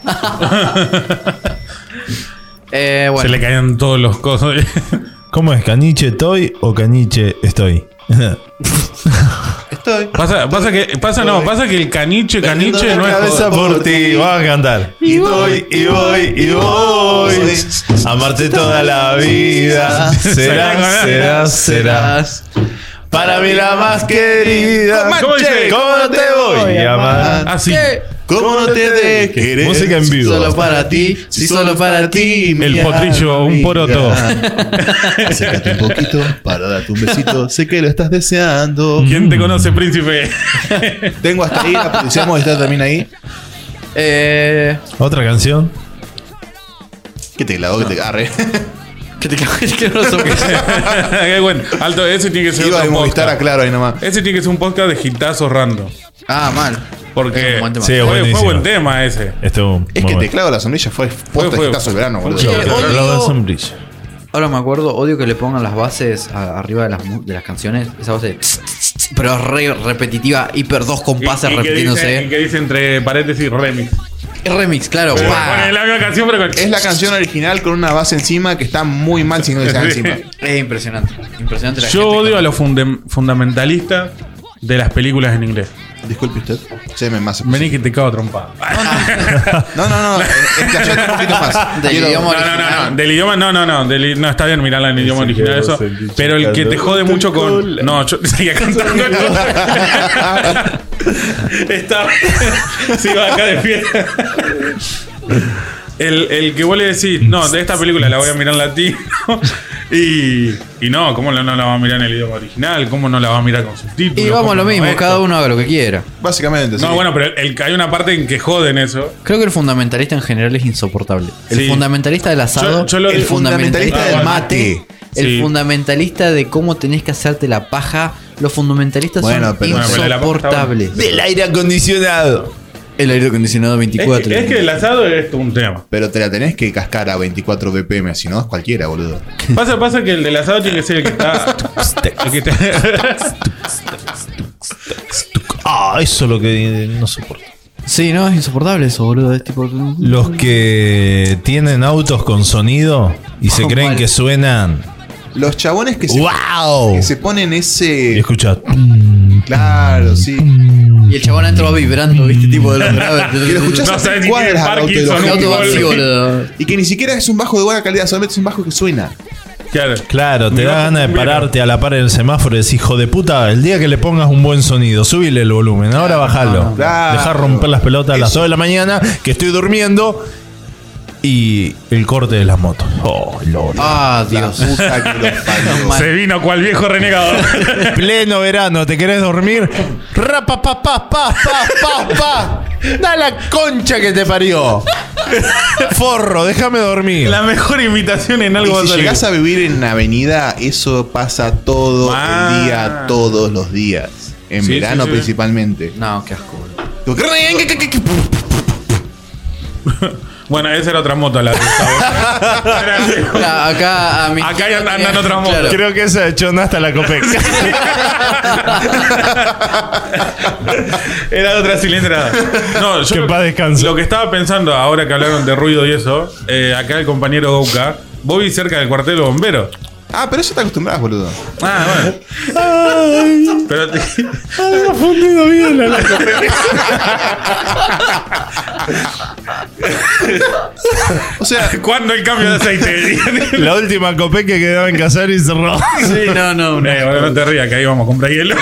Eh, bueno. Se le caían todos los cosas. ¿Cómo es? ¿Caniche estoy o caniche estoy? estoy. Pasa, pasa que, pasa no, pasa que el caniche, caniche no es Cabeza por ti, vamos a cantar. Y voy, y voy, y voy. Amarte toda la vida. Serás, serás, serás. Para mí la más querida. ¿Cómo dice? ¿Cómo no te voy a amar? Así. ¿Cómo no te de querer? Música en vivo. Solo para ti, sí, solo para ti. El mi potrillo, un poroto. Acércate un poquito para darte un besito. Sé que lo estás deseando. ¿Quién te conoce, príncipe? Tengo hasta ahí, la producción está también ahí. Eh, Otra canción. Que te clavó, que te agarre. que te cagas que no lo soporto. Qué bueno. Alto, ese tiene que ser Iba de otro Movistar a podcast. Claro ahí nomás. Ese tiene que ser un podcast de hitazos random. Ah, mal. Porque Es un buen tema. Sí, fue, fue buenísimo. buen tema ese. Esto Es que te clavo la sombrilla fue posta fue- de caso el verano, boludo. Che, odio- sombrilla. Ahora me acuerdo, odio que le pongan las bases a- arriba de las, mu- de las canciones. Esa base, pero es re repetitiva, hiper dos compases Y- y que repitiéndose. dice- y que dice entre paréntesis remix. Es remix, claro. Pone pa. la misma canción, pero con. Es la canción original con una base encima que está muy mal si no le sale encima. Es impresionante. Impresionante la Yo gente odio con- a los fundem- fundamentalistas de las películas en inglés. Disculpe usted. Séme más. Vení que te cago trompada. No, no, no. Explayate un poquito más. Del Quiero- idioma No, no, no, original. no, del idioma, no, no, no, del, no, está bien mirarla en el idioma original, eso. Pero el que te jode mucho con. No, yo seguía cantando. Está. Sí, va acá de fiesta. El, el que vos le decís, no, de esta película la voy a mirar en latino. Y, y no, ¿cómo no, no la va a mirar en el idioma original? ¿Cómo no la va a mirar con subtítulos? Y vamos ¿Cómo a lo no mismo, esto? cada uno haga lo que quiera. Básicamente, sí. No, bueno, pero el, hay una parte en que joden eso. Creo que el fundamentalista en general es insoportable. El Sí. fundamentalista del asado, Yo- yo lo- el el fundamentalista fundamentalista del del mate, mate. el Sí. fundamentalista de cómo tenés que hacerte la paja. Los fundamentalistas Bueno, son pero- Bueno, pero la paja está insoportables. Del aire acondicionado. El aire acondicionado Es veinticuatro. que, es que el asado es todo un tema. Pero te la tenés que cascar a veinticuatro B P M, si no es cualquiera, boludo. Pasa, pasa que el del asado tiene que ser el que está. El que está Ah, eso es lo que no soporto. Sí, no, es insoportable eso, boludo. Es tipo. Los que tienen autos con sonido y se Oh, creen mal. que suenan. Los chabones que se, ¡Wow! que se ponen Y ese. escucha. Claro, sí. Y el chabón entra vibrando, viste, tipo de los graves. Que lo escuchás No a sabes tres ni cuadras qué al auto de Parkinson, los El auto un va genios. así, boludo. Y que ni siquiera es un bajo de buena calidad, solamente es un bajo que suena. Claro. Claro, te Un da bajo ganas de cumbiero. pararte a la par del semáforo y decís, hijo de puta, el día que le pongas un buen sonido, subile el volumen, ahora bajalo. Claro. Dejar romper las pelotas a las Eso. dos de la mañana, que estoy durmiendo. Y el corte de las motos. Oh, lord. Ah, La Dios. puta que los parió. Mal. Se vino cual viejo renegado. Pleno verano, ¿te querés dormir? Rapa, pa, pa, pa, pa, pa, pa. Da la concha que te parió. Forro, déjame dormir. La mejor imitación en algo va a Y si salir. llegás a vivir en avenida, eso pasa todo Ah. el día, todos los días. En Sí, verano sí, sí. principalmente. No, qué asco, boludo. Bueno, esa era otra moto la de Gustavo. Acá, acá a mi. Acá ya andan otras motos. Claro. Creo que esa echó hasta la Copec. Era de otra cilindrada. No, yo Que lo, en paz descanse. lo que estaba pensando ahora que hablaron de ruido y eso, eh, acá el compañero Gouka, vos vivís cerca del cuartel de bomberos. Ah, pero eso te acostumbras, boludo. Ah, bueno. Pero te- Ha fundido bien la O sea, ¿cuándo el cambio de aceite? La última Copec que quedaba en Casar y cerró. Sí, no, no, no. Eh, bueno, no te rías, que ahí vamos a comprar hielo.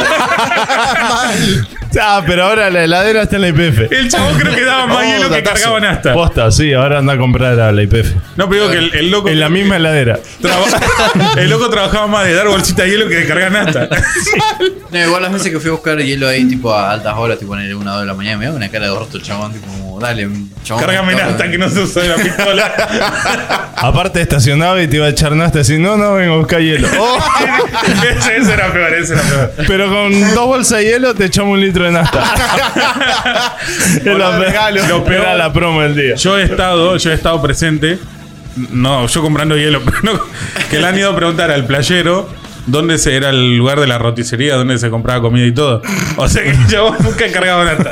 Ah, pero ahora la heladera está en la I P F. El chabón creo que daba más Oh, hielo que datazo. cargaban hasta. Posta, sí, ahora anda a comprar a la I P F. No, pero digo que el, el loco. En la misma heladera. traba- el loco trabajaba más de dar bolsita de hielo que de cargar nasta. No, igual las veces que fui a buscar hielo ahí, tipo a altas horas, tipo en una o dos de la mañana, me da una cara de orto el chabón, tipo, como, dale, chabón. Cárgame cabrón. nasta que no se usa de la pistola. Aparte estacionaba y te iba a echar nasta así, no, no, vengo a buscar hielo. Oh, ese, ese era peor, ese era peor. pero con dos bolsas de hielo te echamos un litro de nasta. Es la- regalo. Lo peor era la promo del día. Yo he estado, yo he estado presente. No, yo comprando hielo, pero no, que le han ido a preguntar al playero dónde se era el lugar de la roticería, dónde se compraba comida y todo. O sea que yo nunca cargaba nada.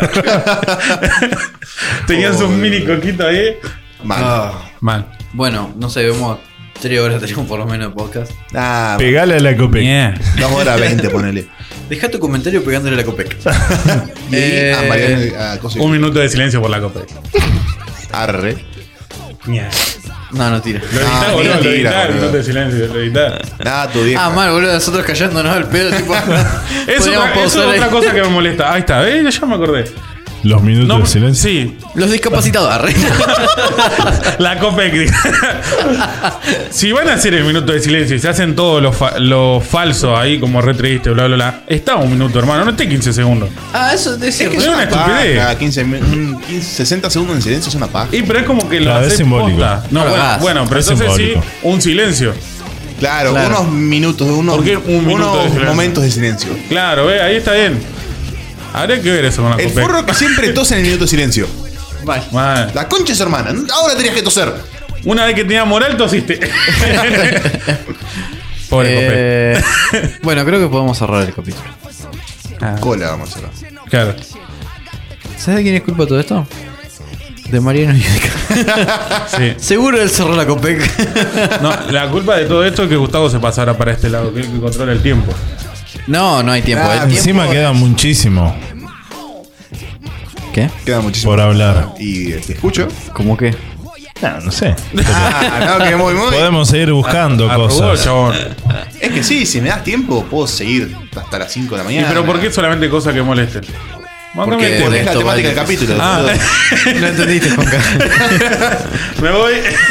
Tenían sus mini coquitos ahí. mal. Ah, Mal. bueno, no sé, vemos tres horas tenemos por lo menos de podcast. Ah, Pegale a la Copec. Yeah. dos horas veinte, ponele. Deja tu comentario pegándole a la Copec. Y Eh, a Mariano, a Cosi. Un minuto de silencio por la copa. Arre. Mierda. No, no tira. Lo editás, Ah, boludo, lo mentira, editás, un boludo. minuto de silencio, lo editás. Nada, tu vieja. Ah, mal, boludo, nosotros callándonos al pedo, tipo. Eso, podríamos otra- eso pausar es ahí. otra cosa que me molesta. Ahí está, ¿eh? Ya me acordé. Los minutos No, de silencio. sí, Los discapacitados, arre. la Copec. Si van a hacer el minuto de silencio y se hacen todo lo, fa- lo falso ahí, como re triste, bla, bla, bla, está un minuto, hermano, no esté quince segundos. Ah, eso es cierto. Es una estupidez. Paja, quince, un quince, sesenta segundos en silencio es una paja. Y pero es como que lo Claro, es haces simbólico. posta. No, No lo bueno, hagas. bueno, pero Es entonces sí, simbólico. un silencio. Claro, Claro. unos minutos, unos, ¿Por qué un minuto unos de silencio? momentos de silencio. Claro, ve, ahí está bien. Habría que ver eso con la El Copec. forro que siempre tose en el minuto de silencio. Vale. Mal. La concha es hermana. Ahora tenías que toser. Una vez que tenía moral, tosiste. Pobre Eh, bueno, creo que podemos cerrar el capítulo. Copec. Cola, vamos a hacer. Claro. ¿Sabes de quién es culpa de todo esto? De Mariano Yudica. Sí. Seguro él cerró la Copec. No, la culpa de todo esto es que Gustavo se pasara para este lado, que es el que controla el tiempo. No, no hay tiempo. Ah, El tiempo- Encima queda muchísimo ¿Qué? Queda muchísimo. por hablar. Y eh, te escucho. ¿Cómo qué? No, no sé. Ah, no, que muy, muy. Podemos seguir buscando Arrugó, cosas. chabón. Es que sí, si me das tiempo, puedo seguir hasta las cinco de la ¿Y mañana. pero por qué solamente cosas que molesten? Mándame Porque- el tema. Porque es la Esto temática del vale. capítulo. Ah, No entendiste, Juanca. me voy.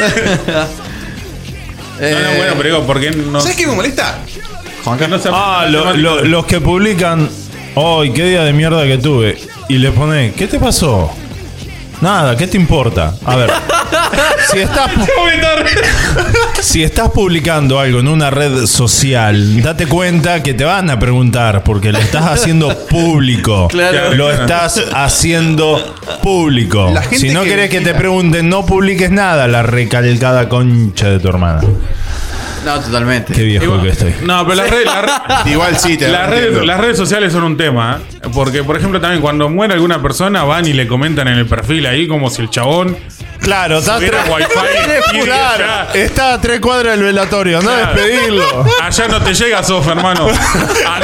Eh, No, no, bueno, pero digo, ¿por qué no? ¿Sabes qué me molesta? Juanca no se Ah, lo- lo- los que publican. ¡Ay, qué día de mierda que tuve! Y le pone, ¿qué te pasó? Nada, ¿qué te importa? A ver, si estás, pu- si estás publicando algo en una red social, date cuenta que te van a preguntar porque lo estás haciendo público. Claro. Lo estás haciendo público. La gente Si no que querés que te mira. pregunten, no publiques nada, la recalcada concha de tu hermana. No, totalmente. Qué viejo que estoy. No, pero las redes, las redes- Igual sí, te las entiendo. redes, las redes sociales son un tema. ¿eh? Porque, por ejemplo, también cuando muere alguna persona, van y le comentan en el perfil ahí como si el chabón Claro, está a tuviera tres- wifi. y de Claro, allá, está a tres cuadras del velatorio, anda a Claro. despedirlo. allá no te llega, Sof, hermano. Ah,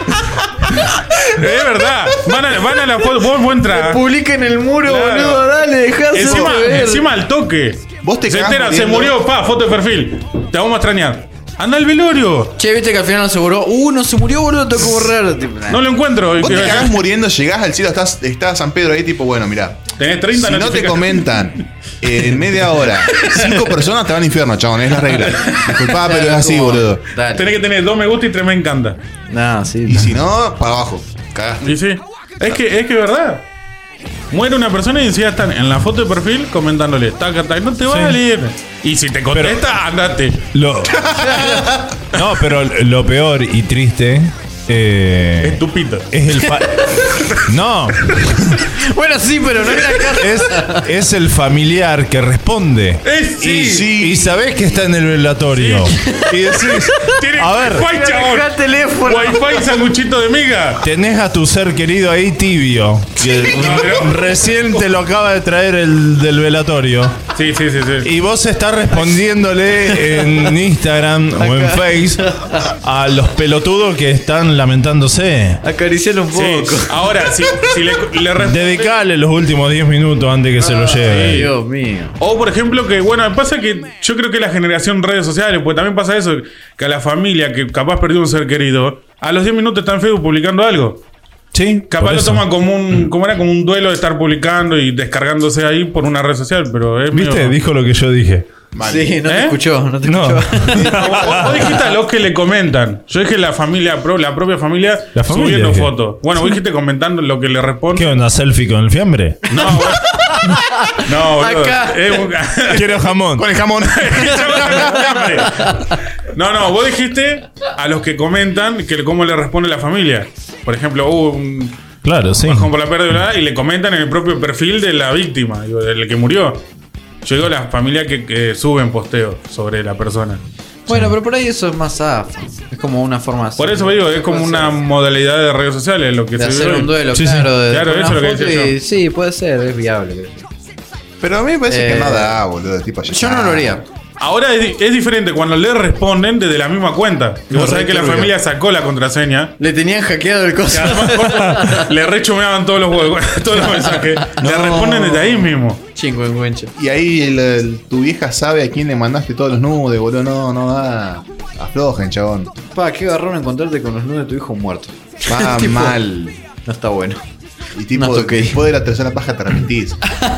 Es verdad. Van a, van a la foto. Vos, vos entrás. Publica en el muro, Claro. boludo, dale, dejá Encima, ver. encima al toque. Vos te se cagás entera, se muriendo. murió, pa, foto de perfil. Te vamos a extrañar. Anda al velorio. Che, viste que al final no se borró. Uh, no se murió, boludo, tengo que borrar. Tipo, nah. No lo encuentro. Vos te cagás muriendo, llegás al cielo, estás, está San Pedro ahí, tipo, bueno, mirá. Tenés treinta Si no te notificaciones. comentan eh, en media hora, cinco personas te van al infierno, chabón, es la regla. Disculpá, pero es así, ¿Cómo? boludo. Dale. Tenés que tener dos me gusta y tres me encanta. No, sí. Y no. si no, para abajo. Cagaste. Y sí. Es que es que es verdad. Muere una persona y encima están en la foto de perfil comentándole, taca, taca, no te va a salir. Y si te contesta, andate. Lo- no, pero lo peor y triste eh, Estúpido. es el fa- no Bueno, sí, pero no era caso. es, es el familiar que responde. Es sí. sí. Y sabés que está en el velatorio. Y decís, Tiene a ver, Wi-Fi, chabón. Dejá el teléfono. Wi-Fi, sanguchito de miga. tenés a tu ser querido ahí tibio. Que No, no. recién te lo acaba de traer el del velatorio. Sí, sí, sí, sí. Y vos estás respondiéndole en Instagram o en Face a los pelotudos que están lamentándose. Acaricialo un Sí. poco. Ahora, si, si le, le responde- Dedicale los últimos diez minutos antes que se lo lleve. Dios mío. O por ejemplo que, bueno, pasa que yo creo que la generación redes sociales, pues también pasa eso, que a la familia que capaz perdió un ser querido, a los diez minutos está en Facebook publicando algo. Sí, Capaz por lo eso. toman como un, como era como un duelo de estar publicando y descargándose ahí por una red social, pero es ¿Viste? medio- Dijo lo que yo dije. Mal. Sí, no te ¿Eh? escuchó, no te No. escuchó. Vos, vos dijiste a los que le comentan. Yo dije la familia, pro- la propia familia, La familia, subiendo dije. fotos. Bueno, vos dijiste comentando lo que le responde. ¿Qué onda? ¿Selfie con el fiambre? No, boludo. No, boludo. Acá. Es un- Quiero jamón. Con el jamón. No, no, vos dijiste a los que comentan que cómo le responde la familia. Por ejemplo, hubo un Claro, sí. bajón por la pérdida y le comentan en el propio perfil de la víctima, digo, del que murió. Yo digo las familias que, que suben posteos sobre la persona. Bueno, pero por ahí eso es más afro. Es como una forma así. Por eso me digo, es como una modalidad de redes sociales lo que de se hacer vive un hoy. duelo, Sí, sí. claro. De Claro, una eso es lo que foto decía y- yo. Sí, puede ser, es viable. Pero a mí me parece Eh, que no da, boludo. Tipo, ya Yo está. no lo haría. Ahora es, es diferente cuando le responden desde la misma cuenta. Y vos sabés que la familia sacó la contraseña. Le tenían hackeado el coso. Le rechumeaban todos los juegos, todos los mensajes. No. Le responden desde ahí mismo. Chingüengüencha. Y ahí el, el, tu vieja sabe a quién le mandaste todos los nudes, boludo. No, no da. Aflojen, chabón. Pa, qué garrón encontrarte con los nudes de tu hijo muerto. Va tipo, mal. No está bueno. Y tipo, no después de la tercera paja te arrepentís.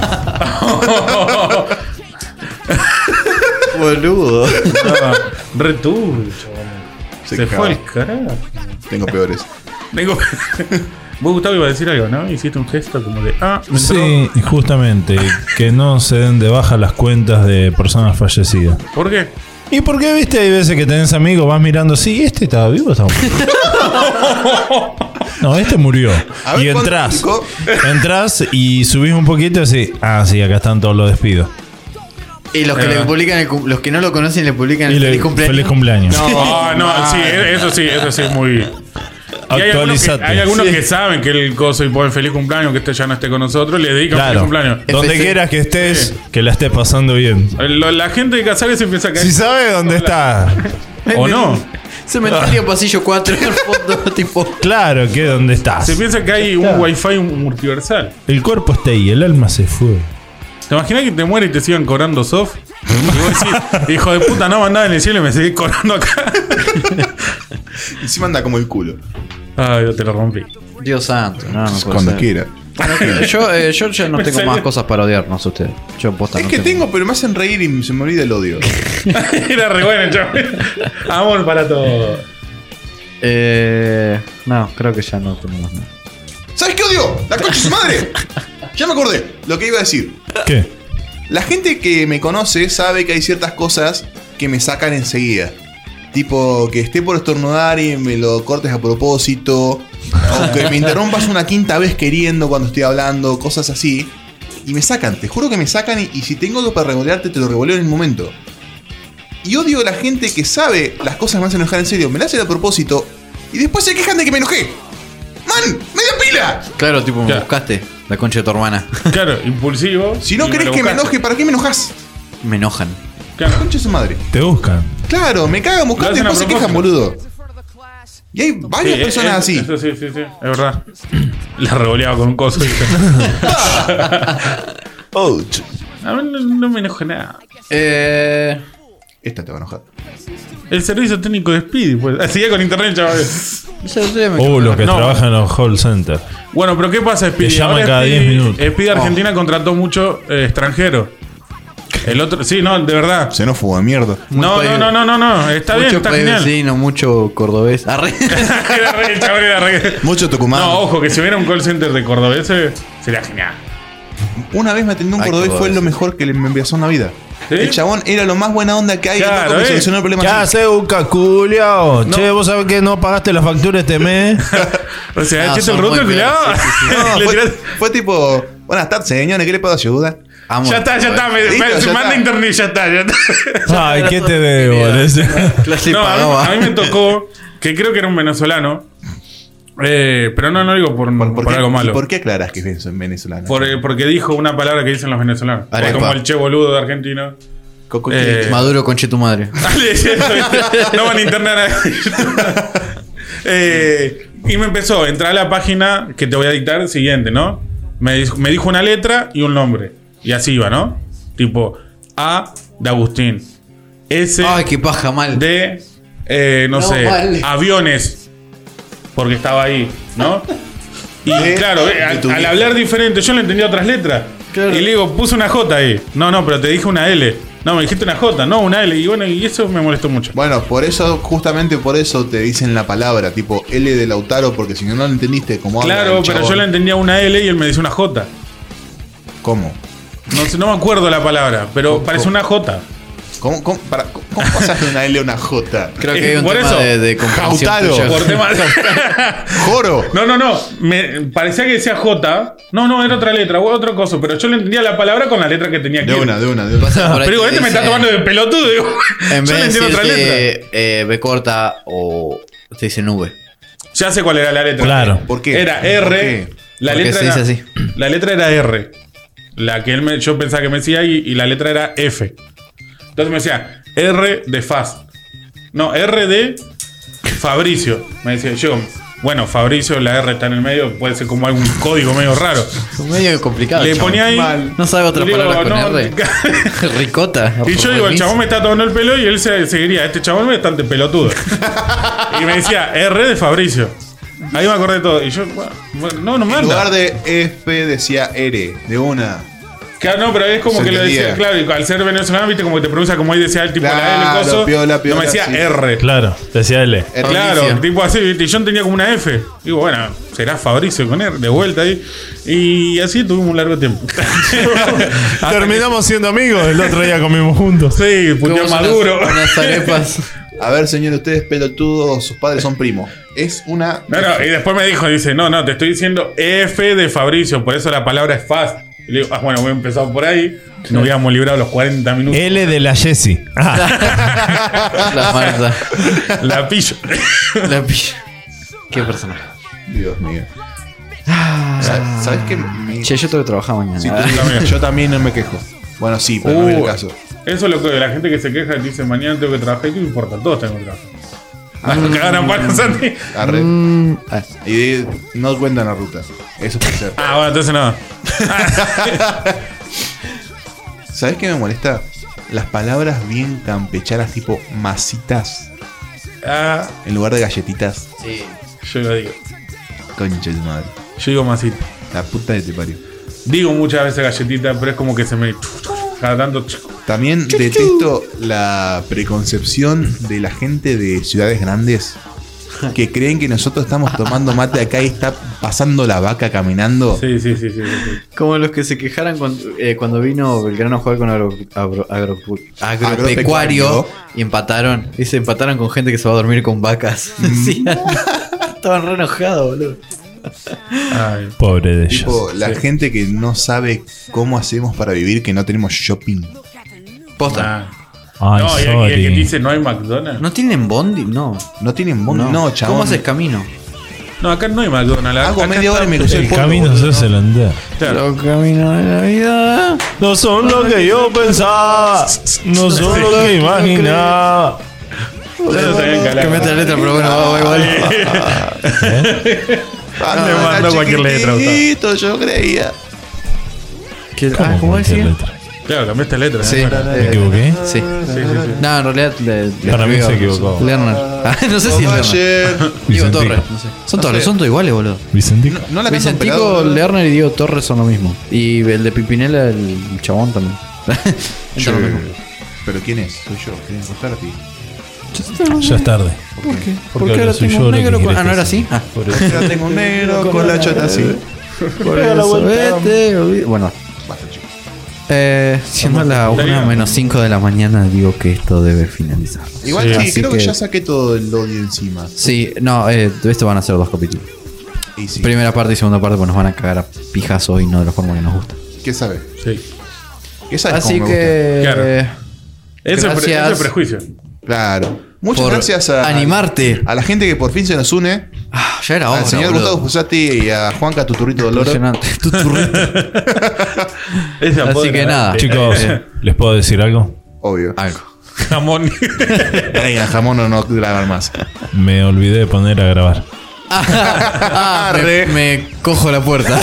Boludo. No, returbio, Se, Se fue el carajo. Tengo peores. Tengo. Vos, Gustavo, iba a decir algo, ¿no? Hiciste un gesto como de. Ah, me sí, entró. Justamente. Que no se den de baja las cuentas de personas fallecidas. ¿Por qué? Y porque, viste, hay veces que tenés amigos, vas mirando, sí, este estaba vivo o estaba muerto. No, este murió. Y entras. Entras y subís un poquito y así. Ah, sí, acá están todos los despidos. Y los que, eh. le publican el, los que no lo conocen le publican el y feliz le, cumpleaños. Feliz cumpleaños. No, oh, no, sí, eso sí, eso sí es muy. Y hay algunos, que, hay algunos sí. que saben que el coso y ponen feliz cumpleaños, que este ya no esté con nosotros, le dedican claro. feliz cumpleaños. Donde quieras que estés, sí. que la estés pasando bien. La, la gente de Casares se piensa que. Si sabe dónde está. ¿O no? Cementerio Pasillo cuatro en el fondo, tipo. Claro, que dónde estás. Se piensa que hay un wifi multiversal. El cuerpo está ahí, el alma se fue. ¿Te imaginas que te mueres y te sigan cobrando soft? Y vos decís, hijo de puta, no mandaba en el cielo y me seguís cobrando acá. Y si manda como el culo. Ay, yo te lo rompí. Dios santo, no, no cuando ser. quiera. Yo, eh, yo ya no tengo más cosas para odiar, no sé ustedes. Yo posta es no que tengo. tengo, pero me hacen reír y se me olvida el odio. Era re bueno, chaval. Amor para todo. Eh, no, creo que ya no tenemos nada. ¿Sabes qué odio? ¡La concha de su madre! Ya me acordé lo que iba a decir. ¿Qué? La gente que me conoce sabe que hay ciertas cosas que me sacan enseguida. Tipo, que esté por estornudar y me lo cortes a propósito. O que me interrumpas una quinta vez queriendo cuando estoy hablando. Cosas así. Y me sacan, te juro que me sacan. Y, y si tengo algo para revolearte, te lo revoleo en el momento. Y odio a la gente que sabe las cosas que me hacen enojar en serio. Me las hacen a propósito. Y después se quejan de que me enojé. ¡Man! ¡Media pila! Claro, tipo, me claro. buscaste la concha de tu hermana. Claro, impulsivo. Si no querés me que me enoje, ¿para qué me enojas? Me enojan. Claro. La concha de su madre. Te buscan. Claro, me cagan buscando y después se quejan, boludo. Y hay varias sí, personas es, así. Eso sí, sí, sí, es verdad. La revoleaba con un coso. Ouch. A mí no, no me enoja nada. Eh... Esta te va a enojar. El servicio técnico de Speedy, pues. Sigue con internet, chaval. Uh, los que no. trabajan en los call centers. Bueno, pero ¿qué pasa, Speedy? Te llaman Ahora cada diez minutos. Speedy Argentina oh. contrató mucho eh, extranjero. El otro, sí, no, de verdad. Xenófobo de mierda. No, no, no, no, no, no, está mucho bien, está genial. Sí, no, mucho cordobés. Arre. Era re, chaval, era re. Mucho tucumán. No, ojo, que si hubiera un call center de cordobeses, sería genial. Una vez me atendió un Ay, cordobés, fue lo mejor que le me envió en la vida. ¿Sí? El chabón era lo más buena onda que hay. Claro, que ¿eh? solucionó el problema. ¿Qué hace un caculiao? No. Che, ¿vos sabés que no pagaste la factura este mes? O sea, no, ¿echaste el router, culiao? Sí, sí, sí. No, fue, fue tipo, buenas tardes, señores, ¿qué le puedo ayudar? Amo, ya está, ya está, me, listo, me, ya manda está. internet, ya está, ya está. Ay, ¿qué te debo? No, a mí, a mí me tocó, que creo que era un venezolano. Eh, pero no, no digo por, ¿Por, por, por qué, algo malo. ¿Por qué aclaras que es venezolano? Por, eh, porque dijo una palabra que dicen los venezolanos. Arepa. Como el che boludo de argentino. Eh, Maduro conche tu madre. No van a internar a eh, Y me empezó a entrar a la página que te voy a dictar siguiente, ¿no? Me dijo, me dijo una letra y un nombre. Y así iba, ¿no? Tipo A de Agustín. S. Ay, qué paja mal. De eh, no, no sé, vale. Aviones. Porque estaba ahí, ¿no? Y ¿Eh? claro, eh, al, al hablar diferente, yo le entendía otras letras. Claro. Y le digo, puse una J ahí. No, no, pero te dije una L. No, me dijiste una J, no, una L. Y bueno, y eso me molestó mucho. Bueno, por eso, justamente por eso te dicen la palabra, tipo L de Lautaro, porque si no, no lo entendiste como claro, pero yo le entendía una L y él me dice una J. ¿Cómo? No sé, no me acuerdo la palabra, pero ¿Cómo, parece cómo? una J. ¿Cómo, cómo, para, ¿Cómo pasas de una L a una J? Creo que hay un por tema eso, de, de Jautaro. Por tema de... Joro. No, no, no. Me parecía que decía J. No, no, era otra letra, otra cosa. Pero yo le entendía la palabra con la letra que tenía aquí. De una, de una, de una. Pero digo, este me está tomando de pelotudo. Digo, en yo le vez entiendo de otra letra. Eh, B corta o te dice nube. Ya sé cuál era la letra. Claro. ¿Por qué? Era R. ¿Por qué? La Porque letra se era, dice así. La letra era R. La que él me, yo pensaba que me decía y, y la letra era F. Entonces me decía R de Fast. No, R de Fabricio. Me decía yo, bueno, Fabricio, la R está en el medio, puede ser como algún código medio raro. Medio complicado. Le ponía ahí. Mal. No sabe otra y digo, palabra con no, R. Ricota. Y yo digo, el chabón me está tomando el pelo y él se seguiría. Este chabón es bastante pelotudo. Y me decía R de Fabricio. Ahí me acordé de todo. Y yo, bueno, no, no me En lugar anda. de F decía R, de una. Claro, no, pero es como Se que lo decía, entendía. claro, y al ser venezolano, viste, como que te pronuncia como ahí decía el tipo la L, Claro, el coso. piola, piola, no me decía sí. R. Claro, decía L. R. Claro, Fabricio. tipo así, ¿viste? Y yo tenía como una F. Digo, bueno, será Fabricio con R, de vuelta ahí. Y así tuvimos un largo tiempo. Terminamos siendo amigos. El otro día comimos juntos. Sí, Como puteó unas- Maduro. Unas arepas. A ver, señor, ustedes pelotudos, sus padres son primos. Es una. No, no, y después me dijo, dice, no, no, te estoy diciendo F de Fabricio, por eso la palabra es fast. Y le digo, ah, bueno, voy a empezar por ahí. Nos habíamos librado los cuarenta minutos. L de la Jessie. Ah, La Marta. La pillo. La pilla. Qué personaje. Dios mío. Sa- ¿Sabes qué? Mi- Che, yo tengo que trabajar mañana. Sí, tú- también. yo también no me quejo. Bueno, sí, pero no es el Uh, caso. Eso es lo que la gente que se queja dice, mañana tengo que trabajar. ¿Y qué me importa? Todos tengo que trabajar. Ah, cagaron palos a ti. Arre. Mm, ah, Y no cuentan la ruta. Eso puede ser. Ah, bueno, entonces no. ¿Sabes qué me molesta? Las palabras bien campechanas, tipo masitas, Ah, en lugar de galletitas. sí. yo lo digo. Concha de tu madre. Yo digo masita. La puta de te parió. Digo muchas veces galletita, pero es como que se me. Cada tanto. También detesto la preconcepción de la gente de ciudades grandes que creen que nosotros estamos tomando mate acá y está pasando la vaca caminando. Sí, sí, sí, sí. sí, sí. Como los que se quejaran cuando, eh, cuando vino Belgrano a jugar con agro, agro- agro- agropecuario, Agropecuario. y empataron. Y se empataron con gente que se va a dormir con vacas. Sí. Estaban re enojados, boludo. Ay. pobre de ellos. Tipo, la Sí. gente que no sabe cómo hacemos para vivir, que no tenemos shopping. Posta. Ah. Ay, No, y el, y el sorry. que te dice no hay McDonald's. ¿No tienen bondi? No. No tienen bondi. No, chabón. ¿Cómo haces camino? No, acá no hay McDonald's. Hago Acá media está- hora y me crucé el El pueblo, camino boludo. se hace el andar. Claro. Los caminos de la vida. No son lo que yo pensaba. No son lo que imaginaba. Ya no sabían que Que hablar. mete la letra, pero bueno, va, va igual. Ah, Le era mando cualquier letra, chiquitito, yo creía. ¿Qué- ah, ¿Cómo ¿Cómo cualquier decía? letra? Claro, cambiaste letra. Sí. ¿no? ¿Me eh, equivoqué? Sí. Sí, sí, sí. No, en realidad le, le Para mí escribió se equivocó. Lerner. Ah, no sé si es Lerner. Ayer. Diego Vicentico. Torres. No sé. Son todos, sé. son todos iguales, boludo. Vicentico. No la cantan Vicentico, pelado, boludo. Lerner y Diego Torres son lo mismo. Y el de Pimpinela, el chabón también. Yo- Entra lo mismo. ¿Pero quién es? Soy yo. ¿Querés contarte? Ya es tarde. ¿Por qué? Porque Porque ahora ahora soy tengo yo un lo que negro con... querés Ah, ¿no era que así? Ah. Por eso. Ya tengo un negro con la chota así. Por eso, vete, olvi- Bueno, Basta, chicos. eh, siendo la Está una bien. menos cinco de la mañana, digo que esto debe finalizar. Igual Sí. sí, Así creo que... que- ya saqué todo el odio encima. Sí, no, eh, esto van a ser dos capítulos. Y sí. Primera parte y segunda parte, pues nos van a cagar a pijazo y no de la forma que nos gusta. ¿Qué sabes? Sí. ¿Qué sabes Así cómo me que. Claro. eh, Ese, pre- Gracias. ese prejuicio. gusta? Claro. Muchas por gracias a, animarte. a la gente que por fin se nos une. Ah, ya era hora. Al señor boludo. Gustavo Fusati y a Juanca Tuturrito Doloro. Impresionante. Tu turrito. Ese apodo Así que era- nada. Chicos, Eh, ¿les puedo decir algo? Obvio. algo. Jamón. Venga, jamón no, no grabar más. Me olvidé de poner a grabar. Ah, me, Arre. me cojo la puerta.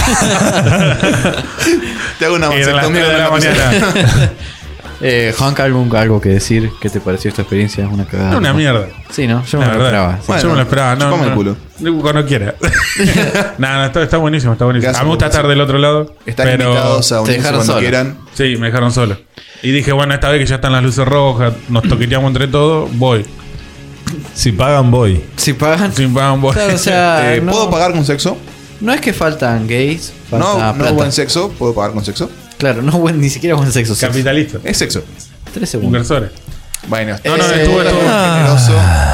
Te hago una Era las vasectomía tres de la con la mañana. eh, Juanca, ¿algo, algo que decir? ¿Qué te pareció esta experiencia? Es una cagada. Era una mierda. Sí, ¿no? Yo me La lo verdad. esperaba. sí. Bueno, Yo me lo esperaba. No, chupame no, el culo. no, Cuando quiera. Nada, no, está, está buenísimo, está buenísimo. Gracias a mí me gusta por estar del otro lado. Están pero invitados a Te unirse dejaron cuando solo. quieran. Sí, me dejaron solo. Y dije, bueno, esta vez que ya están las luces rojas, nos toqueteamos entre todos, voy. Si pagan, voy. Si pagan. Sin pagan, voy. Claro, o sea, Eh, no, ¿Puedo pagar con sexo? no es que faltan gays, falta No, plata. no buen sexo. ¿Puedo pagar con sexo? Claro, no buen, ni siquiera buen sexo. sexo. Capitalista. Es sexo. Tres segundos. Inversores. Bueno, No, no, Eh, estuvo, estuvo. generoso.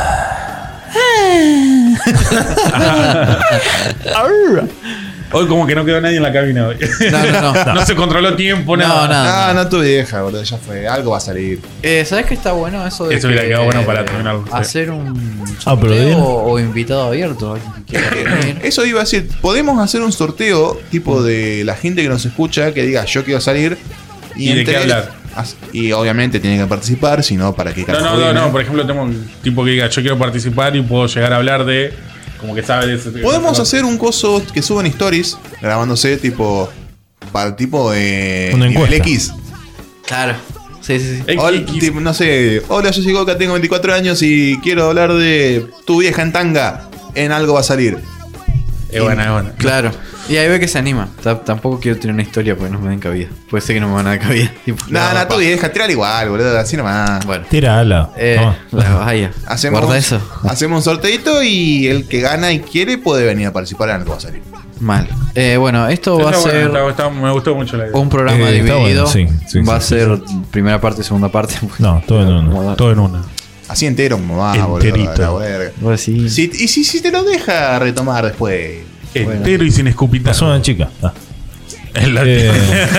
Hoy como que no quedó nadie en la cabina hoy. No, no, no. No se controló tiempo, No, nada. nada. No, no tuve vieja, boludo. Ya fue. Algo va a salir. Eh, ¿Sabes qué está bueno eso de Eso hubiera que, quedado bueno para eh, terminarlo, sí. hacer un Ah, pero sorteo bien. o, o invitado abierto? Alguien que quiera venir. Eso iba a decir. Podemos hacer un sorteo tipo de la gente que nos escucha que diga yo quiero salir. ¿Y de qué entre, hablar? Y obviamente tiene que participar, si no, ¿para qué No, carajo no, no, viene? no. Por ejemplo, tengo un tipo que diga, yo quiero participar y puedo llegar a hablar de. Como que sabe de ese. Podemos hacer un coso que suban stories grabándose tipo. Para el tipo de. Una nivel encuesta. X. Claro. Sí, sí, sí. Hola, X. tipo, no sé. Hola, yo soy Goka, tengo veinticuatro años y quiero hablar de tu vieja en tanga. En algo va a salir. Es buena, es buena. Claro. Y ahí ve que se anima. T- Tampoco quiero tener una historia porque no me den cabida. Puede ser que no me van a dar cabida. Tipo, Nada, no, nada, tu pa. vieja, tirar igual, boludo. Así nomás. Bueno. Tira ala. Eh, Toma. la vaya. Hacemos, Guarda eso. hacemos un sorteito y el que gana y quiere puede venir a participar en algo va a salir. Mal. Eh, bueno, esto va a Está ser bueno, está- está- me gustó mucho la idea. un programa Eh, está dividido. bueno, sí, sí, va sí, a ser primera parte y segunda parte. No, todo en uno. Todo en una. Así entero como va, Enterito. boludo. La verga. Vos decís, Si- y si, si te lo deja retomar después. Entero y sin escupitar. Pasó una chica. Ah. Es la- Eh,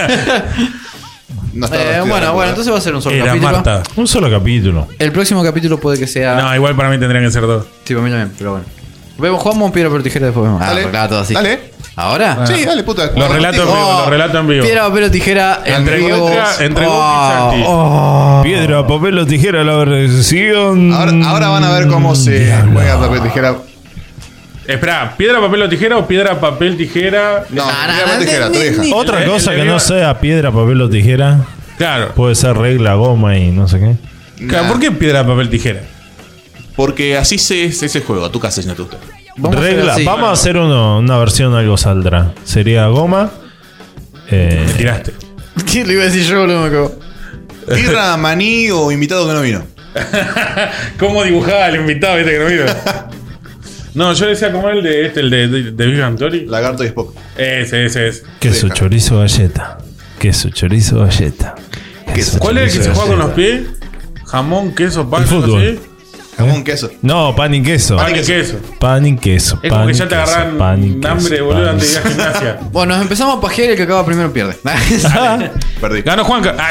No está Eh, vestido, bueno, ¿no? bueno, entonces va a ser un solo Era capítulo. Marta. un solo capítulo. El próximo capítulo puede que sea. No, igual para mí tendrían que ser dos. Sí, para mí también, pero bueno. Vemos, jugamos piedra, papel, tijera, después vemos. Ah, Dale, arreglaba todo así. dale. ¿Ahora? Sí, dale, puta. Lo relato en vivo, Oh, lo relato en vivo. Piedra, papel o tijera en Entre vivo. Goka- entre Goka y Oh, Santi. oh. Piedra, papel o tijera, la versión. Ahora, ahora van a ver cómo se Diablo. juega papel tijera. Espera, ¿piedra, papel o tijera o piedra, papel, tijera? No, No, tijera, no, papel, tijera, no, tu vieja. ni- Otra El- cosa el- que el- no sea piedra, papel o tijera. Claro. Puede ser regla, goma y no sé qué. Claro, Nah, ¿por qué piedra, papel, tijera? Porque así se, es ese juego. Tu casa, señor Tusto. Vamos a hacer Regla. así. Vamos a hacer uno, una versión algo saldrá. Sería goma. Eh, Me tiraste. ¿Qué le iba a decir yo, boludo? Me cago. Birra, maní o invitado que no vino. ¿Cómo dibujaba el invitado? ¿Viste que no vino? No, yo decía como el de este, el de, de, de Big Bang Theory. Lagarto y Spock. Ese, ese, ese. queso, Deja. chorizo, galleta. Queso, chorizo, galleta. Queso, ¿Cuál es el que se chorizo, juega con los galleta. pies? Jamón, queso, pan, El algo fútbol. así. Jamón, queso. No, pan y queso. Pan y queso. Pan y queso. Es pan como que y ya te queso, agarran pan y queso, hambre, pan boludo, y antes de ir a queso. gimnasia. Bueno, nos empezamos a pajear y el que acaba primero pierde. Perdí. Ganó Juanca. Ah,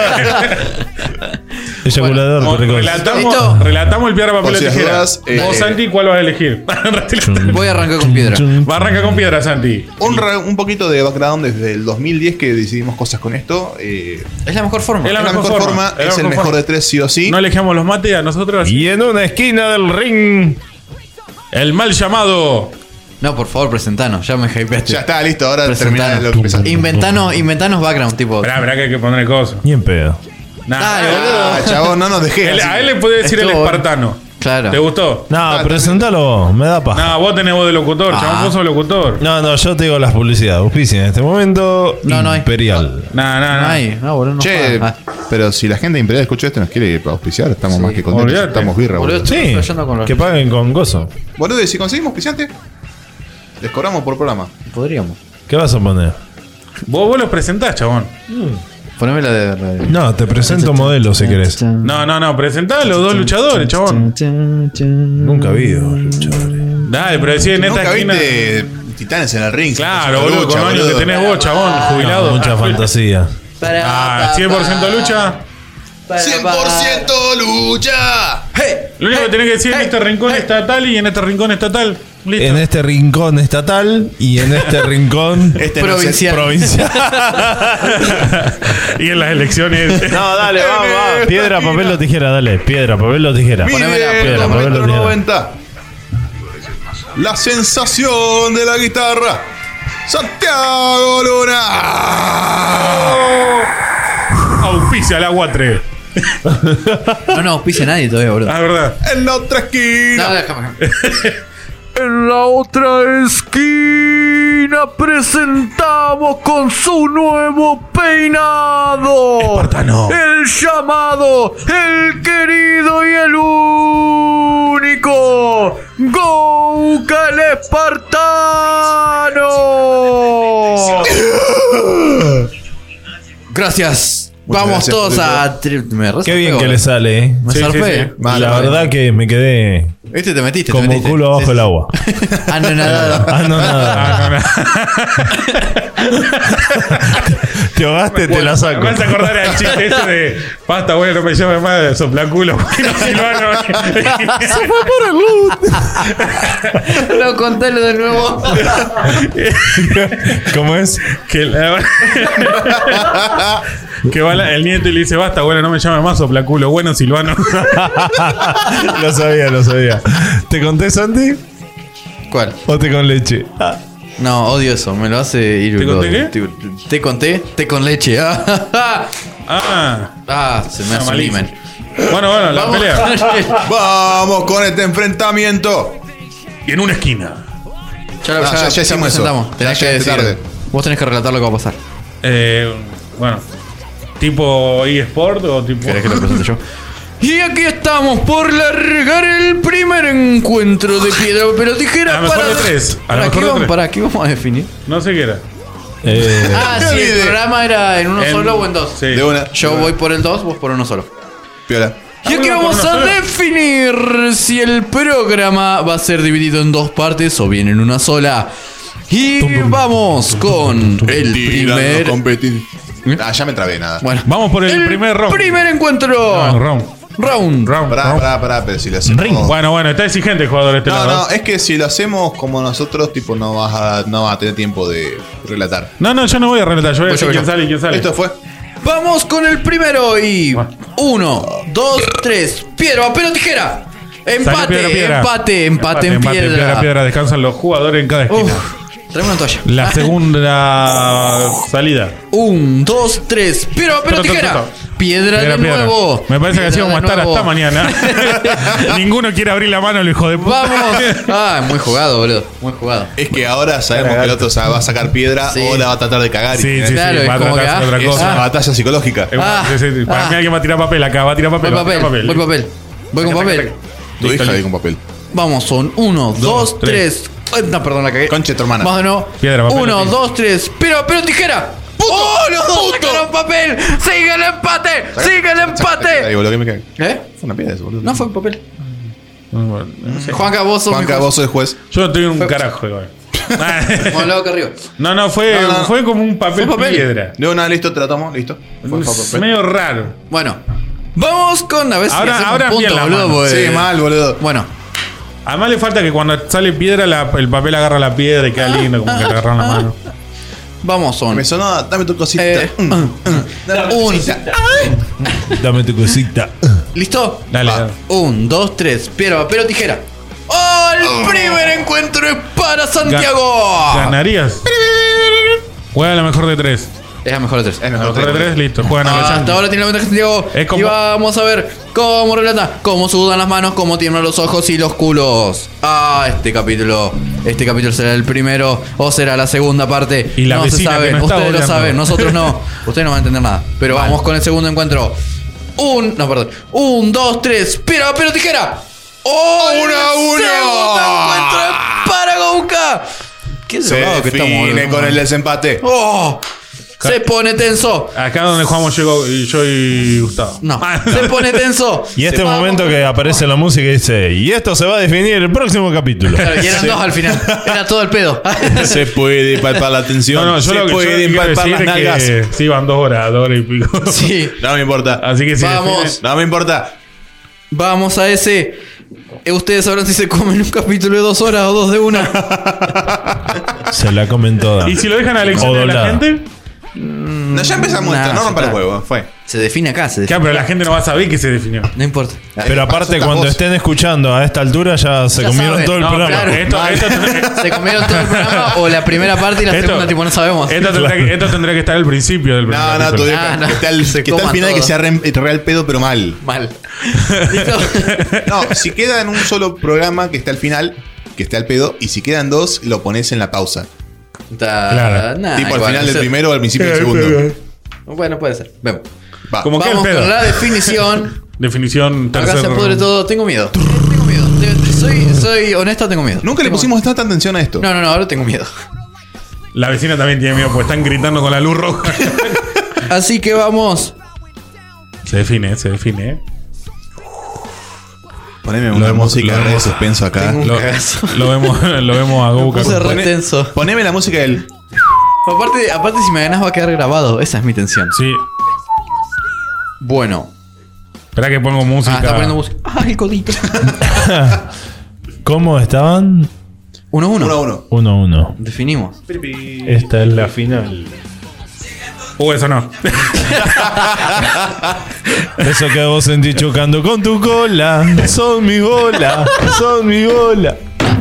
Eyaculador, Bueno, precoz. relatamos, ¿Listo? relatamos el piedra, papel Por o si las tijera. dudas, eh, Vos, Santi, ¿cuál vas a elegir? Voy a arrancar con piedra. Va a arrancar con piedra, Santi. Un, ra- un poquito de background desde el dos mil diez que decidimos cosas con esto. Eh, Es la mejor forma. Es es la mejor forma, es la es el mejor mejor forma. de tres sí o sí. No elegíamos los mates a nosotros. Y en una esquina del ring. El mal llamado. No, por favor, presentanos. Ya me hypeaste. Ya está, listo, ahora termina Presentanos. lo que empezaste. Inventanos, inventanos background, tipo. Esperá, esperá que hay que poner el coso. Ni en pedo. Nah, Dale, Ah, chabón, no nos dejes. Él- así. a él le puede decir el Estuvo- espartano. Claro. ¿Te gustó? No, Ah, presentalo vos, me da paja. No, vos tenés voz de locutor, Ah. chabón, vos sos locutor. No, no, yo te digo las publicidades. Auspicia en este momento. No, no hay. Imperial. Nah, nah, No nah. hay. No, boludo, no Che, jodas. Ah, pero si la gente de Imperial escucha esto y nos quiere auspiciar, estamos más que contentos. olvídate. Estamos birra, Boludo, boludo. estoy Sí, flasheando con los- que paguen con gozo. Boludo, y si conseguimos auspiciante, les cobramos por programa. Podríamos. ¿Qué vas a poner? Vos, vos los presentás, chabón. Poneme la de. la de- No, te presento modelo si querés. No, no, no, presentá a los dos luchadores, chabón. Nunca vi dos luchadores. Dale, pero decís en esta Nunca esquina. viste Titanes en el ring. Claro, Lucha, boludo, con años que boludo. tenés vos, chabón, jubilado. No, mucha fantasía. Ah, cien por ciento lucha. cien por ciento lucha. ¡Hey! Lo único que tenés que decir en este rincón está tal y en este rincón está tal. Listo. En este rincón estatal y en este rincón Este no sé- Provincial. provincial. Y en las elecciones. No, dale, va, va. Piedra, papel o tijera, dale. Piedra, papel o tijera. Mide Poneme la piedra, dos papel o metros tijera. noventa. La sensación de la guitarra. Santiago Luna. Auspicia la Guatre. No nos auspicia nadie todavía, boludo. Ah, verdad. En la otra esquina. No, déjame. En la otra esquina presentamos con su nuevo peinado. Espartano. El llamado, el querido y el único Goka el Espartano. Gracias. Muchas Vamos gracias, todos público. a. tri- Me re Qué bien zarpé, que le boludo. sale, eh. Me Sí, sí, zarpé. sí. Vale, La vale. verdad que me quedé Viste, te metiste, te como metiste. culo bajo el agua. Ah, no, nada. Ah, no, nada. Ah, no, no. Te ahogaste, te la saco. Me vas a acordar al chiste ese de pasta, bueno, no me llames más de soplaculo. Porque no, si no, no. No, contalo de nuevo. ¿Cómo es? Que la- Que va la- el nieto y le dice, basta, bueno, no me llame más soplaculo. Bueno, Silvano. Lo sabía, lo sabía. ¿Te conté, Santi? ¿Cuál? ¿O te con leche? No, odio eso, me lo hace ir. ¿Te lo conté odio. qué? Te, te conté, te con leche. Ah, Ah, ah, se me hace un malísimo. imen. Bueno, bueno, la Vamos pelea. con el- Vamos con este enfrentamiento. Y en una esquina. Ya, Ah, ya- ya hicimos eso. presentamos. Tenés Ya que llegaste decir. tarde. Vos tenés que relatar lo que va a pasar. Eh, bueno, tipo eSport o tipo. ¿Querés que lo presente yo? Y aquí estamos por largar el primer encuentro de piedra, pero tijera A lo mejor para. de tres, a lo ¿Para mejor qué de vamos, tres. para qué vamos a definir? No sé qué era. Eh, Ah, me sí, el olvidé. programa era en uno En- solo o en dos. Sí. De una. Yo voy por el dos, vos por uno solo. Piola. Y aquí Ah, vamos por uno a solo. definir si el programa va a ser dividido en dos partes o bien en una sola. Y vamos con el primer. Ah, ya me trabé, nada. Bueno, Vamos por el, primer round. Primer encuentro. No, round. Round. Round. Pará, round. pará, pará, pero si lo hacemos. Ring. Bueno, bueno, está exigente el jugador este No, lado. no, es que si lo hacemos como nosotros, tipo, no vas a, no vas a tener tiempo de relatar. No, no, yo no voy a relatar. Yo voy a Voy decir yo, voy quién yo. sale y quién sale. Esto fue. Vamos con el primero y. Bueno. Uno, dos, tres. Piedra, papel o tijera. Sale Empate, piedra, piedra. empate, empate, en empate, piedra. piedra, piedra. Descansan los jugadores en cada esquina. Uf, tráeme una toalla. La segunda salida. Un, dos, tres. Piedra, papel o Pero, tijera. pero, pero. Piedra, Piedra, de piedra. nuevo. Me parece que así Piedra vamos a de estar nuevo. hasta mañana. Ninguno quiere abrir la mano, el hijo de puta. Vamos. Ah, muy jugado, boludo. Muy jugado. Es que ahora sabemos que el otro va a sacar piedra Sí. o la va a tratar de cagar. Sí, y, sí, sí. Claro, es Va a como tratar que, de ah, otra Es cosa. una batalla psicológica. Es Ah, sí, sí, Para ah. mí alguien va a tirar papel acá. Va a tirar papel. Voy va a tirar papel, voy papel. Voy con Taca, taca, papel. taca. Tu Listo, hija ahí listo. con papel. Vamos, son uno, dos, tres. Ay, No, perdón, la cagué. Conche tu hermana. Vamos de nuevo. Piedra, papel, Uno, tijera. dos, tres. Pero, pero tijera. ¡Oh, los dos sacaron papel! ¡Sigue el empate! ¡Sigue el Ahí, empate! boludo, que me cae. ¿Eh? Fue una piedra eso, boludo. No fue papel. Bueno, no sé. Juanca, vos sos mi Juanca, juez. vos sos el juez. Yo no tengo un carajo igual. Vamos, luego acá arriba. No, no, fue, No, no. fue como un papel, Fue papel. piedra. De una, listo, te la tomo, listo. Fue Es papel. medio raro. Bueno. Vamos con... A ver si Ahora- hacemos ahora punto, bien la boludo. mano. porque- Sí, mal, boludo. Bueno. Además le falta que cuando sale piedra la- el papel agarra la piedra y queda lindo, como que te agarran la mano. Vamos, son... Me sonó, dame tu cosita. Eh, Mm, mm. Dame tu un... cosita. dame tu cosita. ¿Listo? Dale, Va. dale. Un, dos, tres. Piedra, papel o tijera. ¡Oh! El primer encuentro es para Santiago. ¿Ganarías? Juega la mejor de tres. Es la mejor de tres. Es La mejor mejor de tres, listo. Juegan a los Hasta Yankees. ahora tiene la ventaja Santiago. Es como- Y vamos a ver cómo relata, cómo sudan las manos, cómo tiemblan los ojos y los culos. Ah, este capítulo. Este capítulo será el primero o será la segunda parte. Y la no se vecina sabe. que no está Ustedes lo boleando. saben, nosotros no. Ustedes no van a entender nada. Pero vamos con el segundo encuentro. Un, no, perdón. Un, dos, tres. Piedra, papel o tijera. ¡Oh! Uno el a uno. segundo encuentro es para Gouka. Qué Se drogado que estamos, define boludo. con el desempate. ¡Oh! Se pone tenso. Acá donde jugamos yo y, yo y Gustavo. No, se pone tenso. Y este Se- momento que aparece la música y dice, y esto se va a definir el próximo capítulo. Claro, y eran dos al final. Era todo el pedo. Se puede palpar la tensión. No, no, yo se lo que yo pueden quiero palpar decir las es nalgas. que sí, van dos horas, dos horas y pico. Sí. No me importa. Así que sí. Vamos. No me importa. Vamos a ese. Eh, Ustedes sabrán si se comen un capítulo de dos horas o dos de una. Se la comen toda. ¿Y si lo dejan a O elección de la doblada. gente? No, ya empezamos Nah, esto. No ya rompa los está. huevos. Fue. Se define acá, se define. Claro, pero la gente no va a saber que se definió. No importa. Pero aparte, Estás cuando vos. estén escuchando a esta altura, ya se Ya comieron saben. todo el No, programa. claro, esto, esto, tendrá- Se comieron todo el programa o la primera parte y la esto- segunda, tipo, no sabemos. esto tendrá que, esto tendrá que estar al principio del No, primer no, capítulo. todavía. Ah, no. Que está el, Se que está el coman final todo. que sea re- real pedo, pero mal. Mal. ¿Listo? No, si queda en un solo programa que está al final, que está al pedo, y si quedan dos, lo pones en la pausa. Está- Claro. nah, tipo al igual, final del eso- primero o al principio del segundo. Bueno, puede ser. Vemos. Va. Como que el Vamos pedo. con la definición. Definición Acá tercer. se pudre todo. Tengo miedo. Tengo miedo. Te- Soy, soy honesto, tengo miedo. Nunca le Tengo- pusimos tanta atención a esto. No, no, no, ahora tengo miedo. La vecina también tiene miedo porque están gritando con la luz roja. Así que vamos. Se define, se define. ¿eh? Poneme Lo una vemos- música lo de vemos- suspenso acá. Tengo un Lo, cagazo. lo vemos, lo vemos a Gouka. Puse con- re Pone- tenso. Poneme la música del. Aparte, aparte, si me ganas va a quedar grabado. Esa es mi tensión. Sí. Bueno. Espera que pongo música. Ah, está poniendo música. Ah, el codito. ¿Cómo estaban? Uno a uno. Uno a uno. Uno a uno. Definimos. Esta es la final. Uh, eso no. Eso que vos sentís chocando con tu cola. Son mi bola, son mi bola.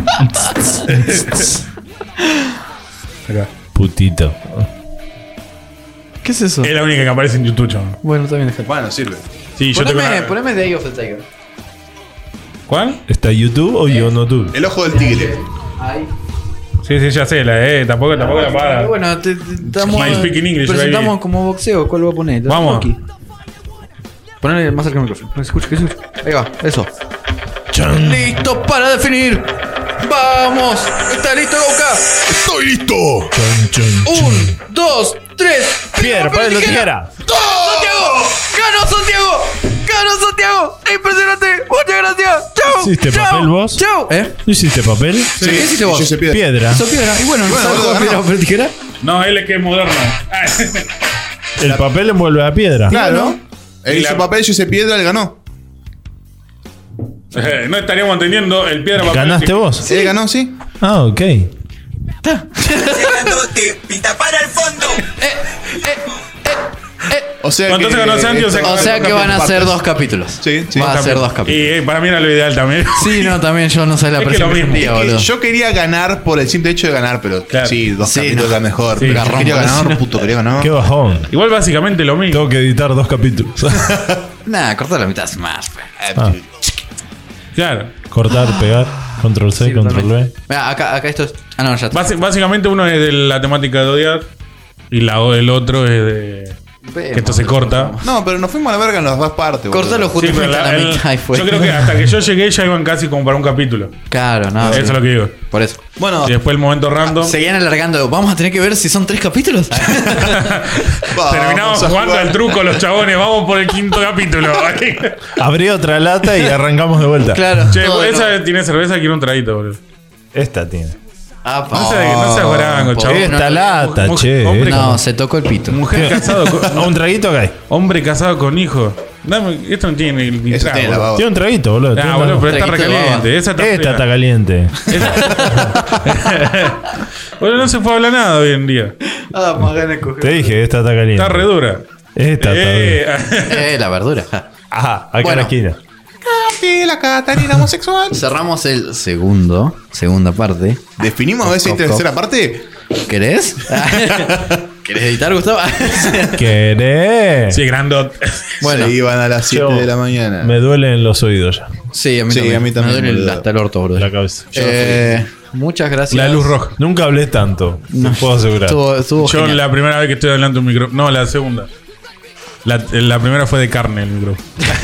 Acá. Putito. ¿Qué es eso? Es la única que aparece en YouTube, chaval. Bueno, también déjalo. Bueno, sirve. Sí, yo tengo Poneme, una- poneme The Eye of the Tiger. ¿Cuál? ¿Está YouTube o YouTube? El ojo del tigre. Ahí. Sí, sí, ya sé, la eh, tampoco, tampoco la paga. Bueno, te, te- estamos. My speaking English, presentamos baby. como boxeo. ¿Cuál voy a poner? Vamos. Aquí. Ponele más cerca del micrófono. Que se escuche, que se escuche. Ahí va, eso. Listo para definir. Vamos. ¿Está listo, Gauca? ¡Estoy listo! Chon, chon, chon. Un, dos, tres. Piedra, papel o tijera. ¡Santiago! ¡Ganó Santiago! ¡Ganó Santiago! ¡Impresionante! ¡Muchas gracias! ¡Chao! ¿Hiciste ¡Chao! papel vos? ¡Chao! ¿Eh? ¿No hiciste papel? Sí. ¿Qué hiciste vos? Yo hice piedra. Piedra. Hizo piedra. Y bueno, Bueno, ¿sabes boludo, jugar piedra, ganó. papel, tijera? No, él es que es moderno. El papel envuelve a piedra. Claro. Él Y hizo la- papel, yo hice piedra, él ganó. Eh, no estaríamos entendiendo el piedra papel. ¿Ganaste vos? Él ganó, sí. Ah, ok. Grandote, pita para el fondo. O sea Cuando que... se ganó Santi, o sea que- O sea que van a ser Partes. dos capítulos. Sí, sí. Va a ser dos Y capítulos. eh, para mí era lo ideal también. Sí, no, también yo no sé la Es que presión lo que mismo. sentía, Que boludo. yo quería ganar por el simple hecho de ganar, pero Claro. sí, dos Sí, capítulos no. era mejor. Sí. Pero Garrón, quería boludo. ganar, puto, quería ganar. Qué bajón. Igual básicamente lo mismo. Tengo que editar dos capítulos. Nah, corta la mitad más. pues. Ah, Claro. cortar, pegar. Control C, Sí, control totalmente. V. Mira, acá, acá esto es. Ah, no, ya está. Basi- básicamente uno es de la temática de odiar y la, el otro es de que esto se corta. No, pero nos fuimos a la verga en las dos partes. boludo. Cortalo Sí, justamente pero a la- la el- mitad y fue. yo creo que hasta que yo llegué ya iban casi como para un capítulo. Claro, no. Eso sí. es lo que digo. Por eso. Bueno, Y después el momento random. Seguían alargando. Vamos a tener que ver si son tres capítulos. vamos Terminamos a jugando jugar. al truco los chabones. Vamos por el quinto capítulo. Abrí otra lata y arrancamos de vuelta. Claro. Che, todo de esa nuevo. tiene cerveza, quiero un traguito, boludo. Esta tiene. Apa. No seas no seas guarango, por- chabón. Esta lata, mu- che. hombre, esta. No, se tocó el pito. Mujer casado con. ¿Un traguito acá hay? Hombre casado con hijo. Dame, esto no tiene ni Eso trago, tiene la boludo. baba. Tiene un traguito, boludo. Tiene Ah, una- boludo, pero está Traguito de recaliente. Esa está Esta fría. está caliente. Boludo, no se puede hablar nada hoy en día. Ah, más ganas de coger. Te dije, esta está caliente. Está re dura. Esta está Eh, Eh, la verdura. ja. Ajá, acá en Bueno. la esquina. Katy, la Catarina homosexual. Cerramos el segundo, segunda parte. Definimos a ver si hay Cop, cop, tercera parte. ¿Querés? ¿Querés editar, Gustavo? ¿Querés? sí, grandot. Bueno, Se iban a las siete Yo- de la mañana. Me duelen los oídos ya. sí, a mí Sí, también. a mí también, Me duele el- boludo. hasta el orto, bro. La cabeza. Eh, muchas gracias. La luz roja. Nunca hablé tanto. No, te puedo asegurar. Estuvo, estuvo Yo genial. la primera vez que estoy hablando un micro. No, la segunda. La, la primera fue de carne el micro.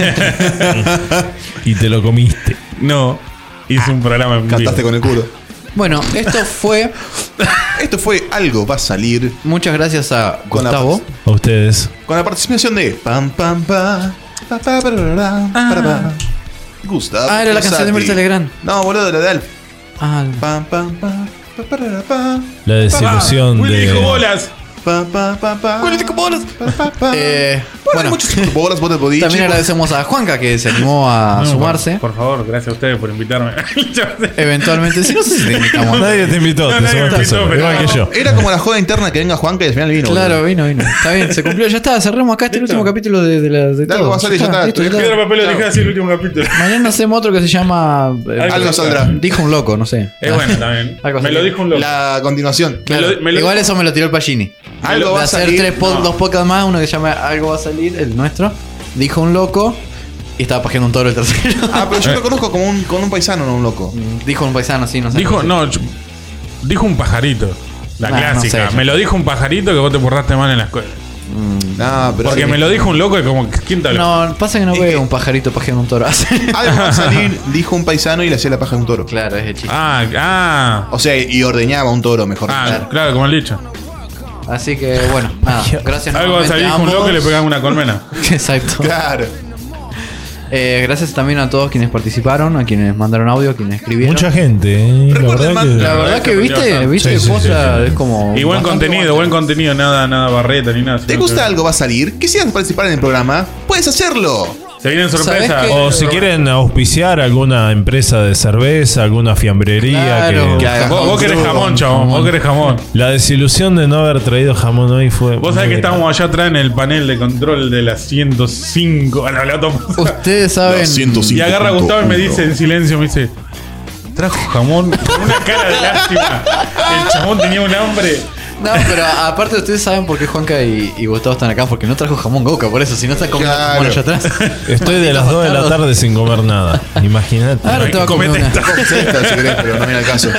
Y te lo comiste. No, hice un programa en vivo. Cantaste con el culo. Bueno, esto fue. Esto fue Algo va a salir Muchas gracias a Con la Gustavo. A ustedes. con la participación de Pam Pam Pa, pa, pa, parará, para, pa. Gustavo. Ah, era la canción de Fossati. Mirta Legrand. No, boludo, la de Alf. Ah, Pam Pam Pa, pa, parará, pa. La desilusión Willy dijo de. bolas. Pa, pa, pa, pa. Willy dijo bolas. Pa, pa, pa. eh, Bueno, bueno, muchos bolas, botes, boliche. también agradecemos a Juanca que se animó a No, sumarse. Por, por favor, gracias a ustedes por invitarme. Eventualmente, si no sé si te invitamos. Nadie te invitó, No, te nadie me sumaste invitó, solo, pero- igual que yo. Era como la joda interna que venga Juanca y al final vino. Claro, boludo. vino, vino. Está bien, se cumplió. Ya está, cerramos acá este último capítulo de, de, la, de Dale, todo. va a salir, ya está. listo, ya Piedra, está. papel o tijera, así el último capítulo. Mañana hacemos otro que se llama. eh, Algo saldrá. Dijo un loco, no sé. Es bueno también. Algo Me así. lo dijo un loco. La continuación. Claro, Me lo- me lo- igual eso me lo tiró el Pagini. Algo de va a hacer salir. tres pod- No. dos podcasts más, uno que se llama Algo va a salir, el nuestro. Dijo un loco y estaba pajeando un toro el tercero. Ah, pero yo lo conozco como un, con un paisano, no un loco. Dijo un paisano, sí, no sé. Dijo, no, yo- dijo un pajarito. La Ah, no clásica. sé. Me lo dijo un pajarito que vos te borraste mal en la escuela. No, pero. Porque me lo dijo un loco y como, ¿quién te habló? No, pasa que no Es veo que- un pajarito pajeando un toro. Algo va a salir, dijo un paisano y le hacía la paja a un toro. Claro, es el chiste. Ah, ah. O sea, y ordeñaba un toro, mejor. Ah, dicho. claro, como el dicho. Así que bueno, nada. Gracias Algo nuevamente salí a con un loco y le ambos. pegan una colmena. Exacto. Claro. Eh, gracias también a todos quienes participaron, a quienes mandaron audio, a quienes escribieron. Mucha gente, ¿eh? La Recuerden, verdad man, que. La verdad que viste, viste, Sí, sí, posta, sí, sí. es como. Y buen bastante contenido, guacho. buen contenido, nada, nada barreta ni nada. ¿Te gusta algo va a salir? ¿Quisieras participar en el programa? ¡Puedes hacerlo! Sí, Se vienen sorpresas. qué? O si quieren auspiciar alguna empresa de cerveza, alguna fiambrería. Claro. que, Que haga Vos, vos querés control. jamón, chabón. Vos querés jamón. La desilusión de no haber traído jamón hoy fue. Vos sabés muy que grande. estábamos allá atrás en el panel de control de la ciento cinco. A la- la tomo. Ustedes saben. ciento cinco. Y agarra a Gustavo y me dice en silencio, me dice, trajo jamón con una cara de lástima. El chabón tenía un hambre. No, pero aparte ustedes saben por qué Juanca y, y Gustavo están acá, porque no trajo jamón Goka, por eso, si no están comiendo Claro. jamón allá atrás. Estoy de las dos de la tarde sin comer nada. Imagínate. Ahora te va a comer Comete una. esta. Esta, si querés, pero no viene al caso.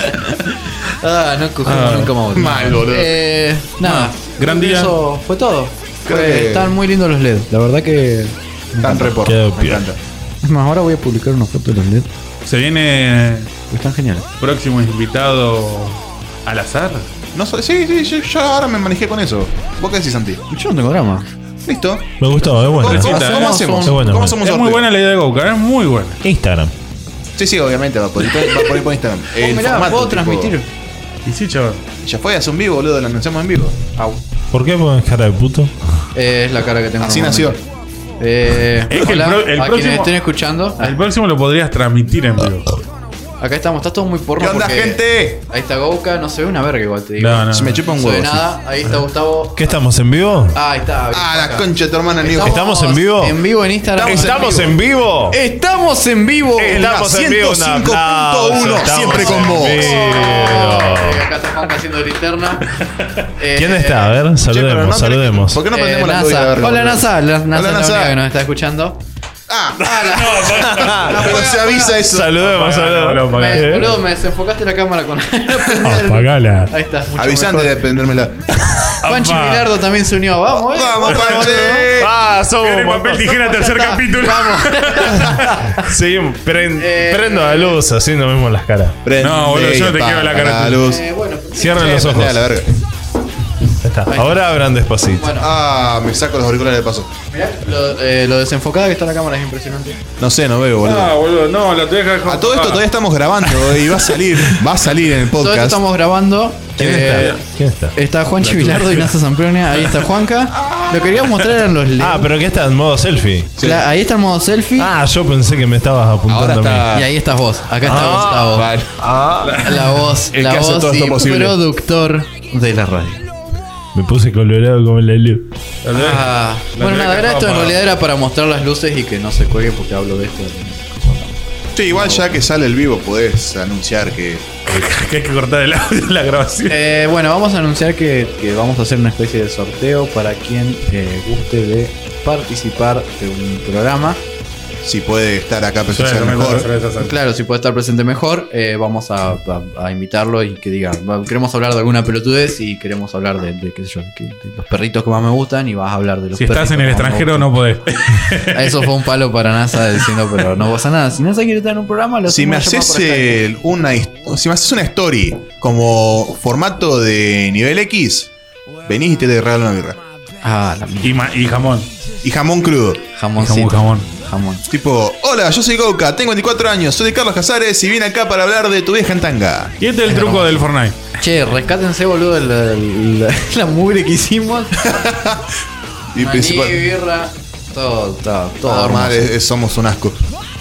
Ah, no cogemos nunca más. Mal, boludo. Eh, nada, gran día. Eso fue todo. Creo Fue- que- Están muy lindos los L E D, la verdad que. Tan report. Quedó Me piola. encanta. Es más, ahora voy a publicar una foto de los L E D. Se viene Están geniales. próximo invitado al azar. No sé, sí, sí, yo, yo ahora me manejé con eso. ¿Vos qué decís, Santi? Yo no tengo drama. Listo. Me gustó, es ¿Cómo, bueno. cómo- Pobrecita. cómo hacemos? Qué bueno, ¿Cómo bueno. hacemos Es muy sorteo? buena la idea de Goka, es muy buena. Instagram. Sí, sí, obviamente va a poner, va a poner por Instagram. Vos El mirá, formato, puedo tipo, transmitir. Y sí, chaval. Ya fue, hace un vivo, boludo, lo anunciamos en vivo. ¿Por qué pones cara de puto? Eh, es la cara que tengo. Así normalmente. nació. Eh, Es que el hola, pro- el a próximo- quienes estén escuchando. El próximo lo podrías transmitir en vivo. Acá estamos, está todo muy porno. ¿Qué onda, porque gente? Ahí está Goka, no se ve una verga igual, te digo. No, no. Se me chupa un No se huevo. ve sí. nada. Ahí está Gustavo. ¿Qué estamos en vivo? Ah, ahí está. Ah, la acá. concha de tu hermana, Nico. ¿Estamos en vivo? En vivo en Instagram. ¿Estamos en vivo? Estamos en vivo. Estamos en vivo. Un ciento cinco punto aplauso. uno, Estamos siempre con en vos. Eh, vivo. acá está Juanca haciendo linterna. Eh, ¿Quién está? A ver, Che, pero saludemos, no tenés- saludemos. ¿Por qué no eh, prendemos la NASA. luz y la verga, Hola boludo? NASA, la, NASA Hola, es la NASA. única que nos está escuchando. Ah, no, pero se avisa eso. Saludemos, saludemos. Me, ¿Eh? boludo, me desenfocaste la cámara con. Apagala. Ahí está. mucho Avisante mejor. de prendérmela. Juanchi Apa. Milardo también se unió. Vamos, eh. Vamos, Panche. Ah, somos Viene un papel montón. tijera, tercer Ya está. capítulo. Vamos. Sí, pren- Eh, prendo la luz, así nos vemos las caras. No, boludo, yo no te quiero la cara La luz. Eh, bueno, Cierren los ojos. Prendela la verga. Ahí está. Ahora abran despacito. bueno. Ah, me saco los auriculares de paso. Mirá, lo, eh, lo desenfocada que está la cámara es impresionante. No sé, no veo, boludo. Ah, boludo, no, la te deja dejar. A todo esto todavía estamos grabando y va a salir, va a salir en el Todo esto podcast. estamos grabando. ¿Quién Eh, está? ¿Quién está? Está Juanchi Bilardo y Nasa Zampronia. Ahí está Juanca. Lo que queríamos mostrar eran los L E D. Ah, pero que está en modo selfie. Cla- ahí está el modo selfie. Ah, yo pensé que me estabas apuntando Ahora a mí. está. Y ahí estás vos. Acá está Ah, Gustavo. Vale. La voz, El la que hace voz todo esto y posible. productor de la radio. Me puse colorado como la luz. Ah, La bueno, tenés nada, que era esto en apagar. realidad era para mostrar las luces y que no se cuelgue porque hablo de esto. Sí, igual ya que sale el vivo podés anunciar que. Que hay que cortar el audio de la grabación. Eh, bueno, vamos a anunciar que, que vamos a hacer una especie de sorteo para quien eh, guste de participar de un programa. Si puede estar acá presencial Suena, mejor. suena, suena, suena. Claro, si puede estar presente mejor, eh, vamos a, a- a invitarlo y que diga, va, queremos hablar de alguna pelotudez y queremos hablar de, de, qué sé yo, de, que- de los perritos que más me gustan y vas a hablar de los Si estás perritos en el que más me extranjero gustan. no podés. Eso fue un palo para NASA diciendo, pero no pasa nada. Si NASA quiere estar en un programa, lo Si me hacemos haces llamar por Skype. el- una hist- si me haces una story como formato de nivel X, venís y te regalo una birra. Ah, la mierda. Y, ma- y jamón. Y jamón crudo. Jamoncito. Jamón, Jamón. Tipo, hola, yo soy Goka, tengo veinticuatro años, soy de Carlos Casares y vine acá para hablar de tu vieja en tanga. Y este es el truco del Fortnite. Che, rescátense, boludo, la, la, la mugre que hicimos. Y Maní, principal. birra, todo, todo, todo Todo normal, hermoso. es- es- somos un asco.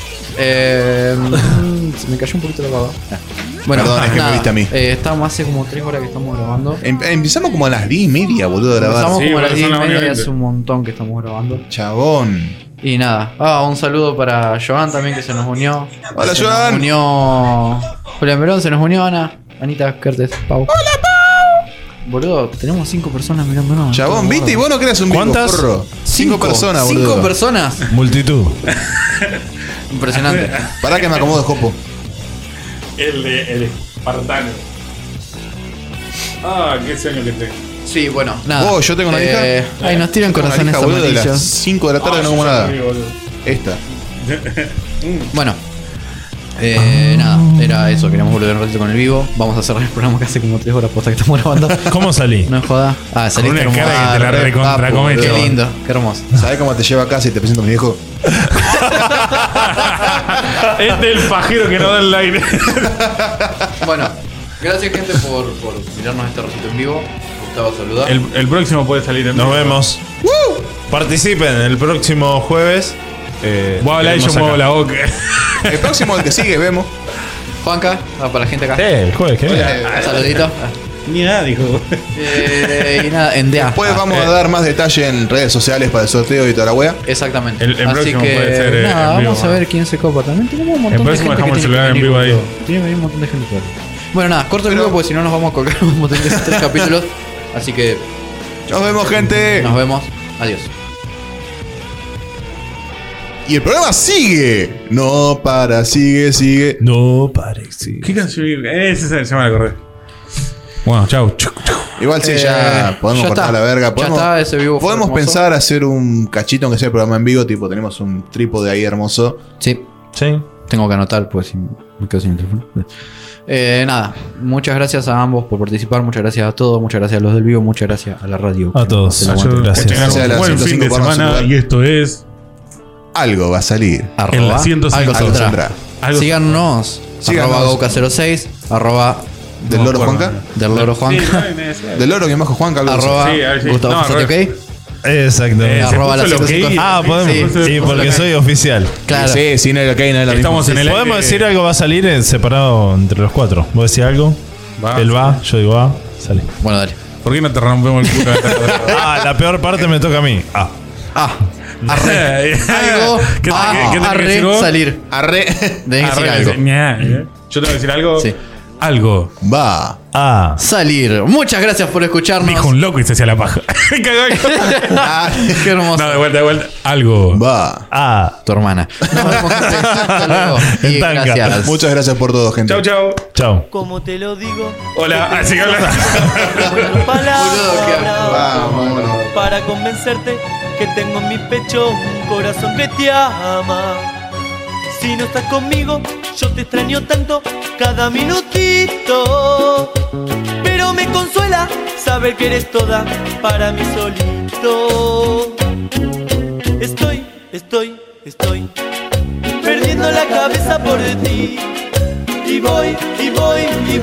Eh, mm, se me cayó un poquito la baba. Ah. Bueno, Perdón, es que me nada, viste a mí. eh, estamos hace como tres horas que estamos grabando. Em- empezamos como a las diez y media, boludo, a grabar. Empezamos Sí, como a las pero diez y son las media y veinte. hace un montón que estamos grabando. Chabón. Y nada, ah, un saludo para Joan también que se nos unió. Hola, se Joan. Nos unió Julián Verón, se nos unió Ana, Anita Kertes, Pau. ¡Hola, Pau! Boludo, tenemos cinco personas mirándonos. Chabón, Todo ¿viste? Y gordo. vos no creas un vivo, ¿Cuántas? porro. Cinco, personas, boludo. Cinco personas. Multitud. Impresionante. Pará que me acomodo, Jopo. El de el espartano. Ah, qué sueño que tengo. Sí, bueno, nada. Vos, yo tengo una Eh, Ay, nos tiran Tengo una corazones lija, boludo, de las amarillos. cinco de la tarde no como nada. Esta. Bueno. Eh, nada, era eso, queríamos volver un ratito con el vivo. Vamos a cerrar el programa que hace como tres horas posta que estamos grabando. ¿Cómo salí? No es joda. Ah, saliste una hermoso. cara que te la Ah, re recontra papo, come, Qué chabón. lindo, qué hermoso. ¿Sabés cómo te llevo a casa y te presento a mi viejo? Este es el pajero que no da el aire. Bueno, gracias gente por, por mirarnos este ratito en vivo. Gustavo, saludar. El, el próximo puede salir en Nos vivo. vemos. Participen el próximo jueves Eh, Voy a hablar y yo queremos muevo sacar. la boca. El próximo, el que sigue, vemos. Juanca, ah, para la gente acá. Sí, el jueves que viene. Un saludito. Ni nada, dijo. Eh, y nada, en D A. Después vamos eh. a dar más detalle en redes sociales para el sorteo y toda la wea. Exactamente. El- el Así próximo que puede ser, eh, nada, en vivo, vamos a ¿no? ver quién se copa. También tenemos un montón El de próximo gente que dejamos el tiene celular que en venir vivo ahí. con todo. Tiene que venir un montón de gente. por ahí. Bueno, nada, corto el Pero- video porque si no nos vamos a colgar un montón de tres capítulos. Así que Nos vemos, gente. nos vemos. Adiós. Y el programa sigue. No para, sigue, sigue. No parece. ¿Qué canción? Ese se llama la acordé. Bueno, chau. Chau, chau. Igual sí, Eh, ya podemos ya cortar está. la verga. Ya Podemos, está, ese vivo fue podemos hermoso. pensar hacer un cachito, aunque sea el programa en vivo. Tipo, tenemos un trípode ahí hermoso. Sí, Sí. tengo que anotar pues si me quedo sin el teléfono. Eh, nada, muchas gracias a ambos por participar, muchas gracias a todos, muchas gracias a los del vivo, muchas gracias a la radio. A todos. Se la aguante. Yo- Gracias. que tengan Gracias a la un buen ciento fin de cinco por semana. nuestro Y esto es. Algo va a salir. Arroba, En la ciento cinco. algo Algo saldrá. saldrá. Algo- Síganos, Síganos. arroba Gouka cero seis, arroba Del No loro me acuerdo. Juanca. del loro Sí, Juanca, no, no, no, Del loro que bajo Juanca. Algo arroba Sí, a ver, sí. Gustavo No, Fossati, re- ok. Exactamente. Eh, se arroba puso la el ok. ciento cinco. Ah, podemos. Sí, Sí, porque soy oficial. Claro. Sí, sí, no es lo que hay, no es lo Estamos mismo. en el Podemos aire. decir algo va a salir en separado entre los cuatro. ¿Vos decís algo? Va. Él va, yo digo va, sale. Bueno, dale. ¿Por qué no te rompemos el culo? Ah, la peor parte me toca a mí. Ah. Ah, arre. Algo ¿Qué, va qué- qué tenés que arre decir vos? salir. Arre. Tenés que decir Arre, algo. ña, ¿eh? Yo tengo que decir algo. Sí. Algo. Va. Ah. Salir. Muchas gracias por escucharnos. Dijo un loco y se hacía la paja. Me cagó el- Ah, Qué hermoso. No, de vuelta, de vuelta. Algo. Va. Ah. Tu hermana. Nos vemos, gente. Hasta luego. Y En tanga. gracias. Muchas gracias por todo, gente. Chau, chau. Chao. Como te lo digo, Hola. Así que hablas. con palabras Vamos. para convencerte que tengo en mi pecho un corazón que te ama. Si no estás conmigo, yo te extraño tanto cada minutito. Pero me consuela saber que eres toda para mí solito. Estoy, estoy, estoy perdiendo la cabeza por ti. Y voy, y voy, y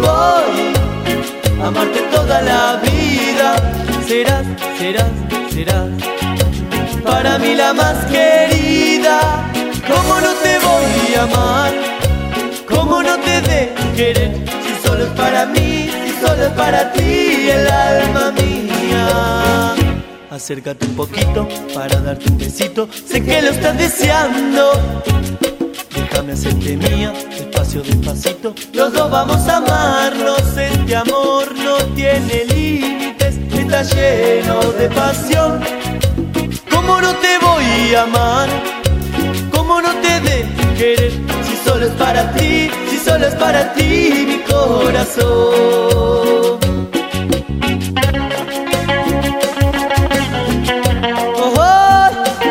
voy a amarte toda la vida. Serás, serás, serás para mí la más querida. ¿Cómo no te voy a amar? ¿Cómo no te de querer? Si solo es para mí, si solo es para ti el alma mía. Acércate un poquito para darte un besito. Sé que lo estás deseando. Déjame hacerte mía, despacio, despacito. Los dos vamos a amarnos. Este amor no tiene límites, está lleno de pasión. ¿Cómo no te voy a amar? ¿Cómo no te de querer? Si solo es para ti, si solo es para ti mi corazón. Oh, oh.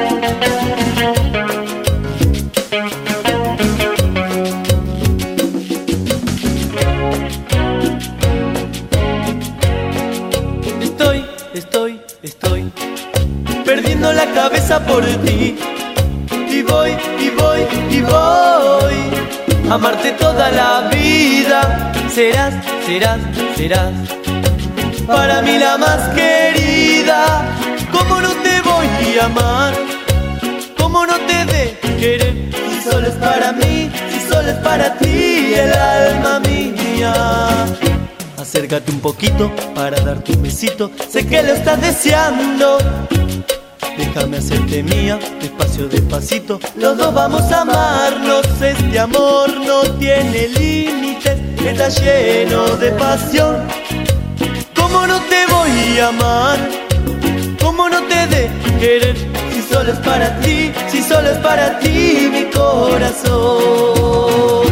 Estoy, estoy, estoy perdiendo la cabeza por ti. Y voy, y voy, y voy a amarte toda la vida. Serás, serás, serás para mí la más querida. ¿Cómo no te voy a amar? ¿Cómo no te de querer? Si solo es para mí, si solo es para ti el alma mía. Acércate un poquito para darte un besito. Sé que lo estás deseando. Déjame hacerte mía, despacio, despacito. Los dos vamos a amarnos. Este amor no tiene límites, está lleno de pasión. ¿Cómo no te voy a amar? ¿Cómo no te de querer? Si solo es para ti, si solo es para ti mi corazón.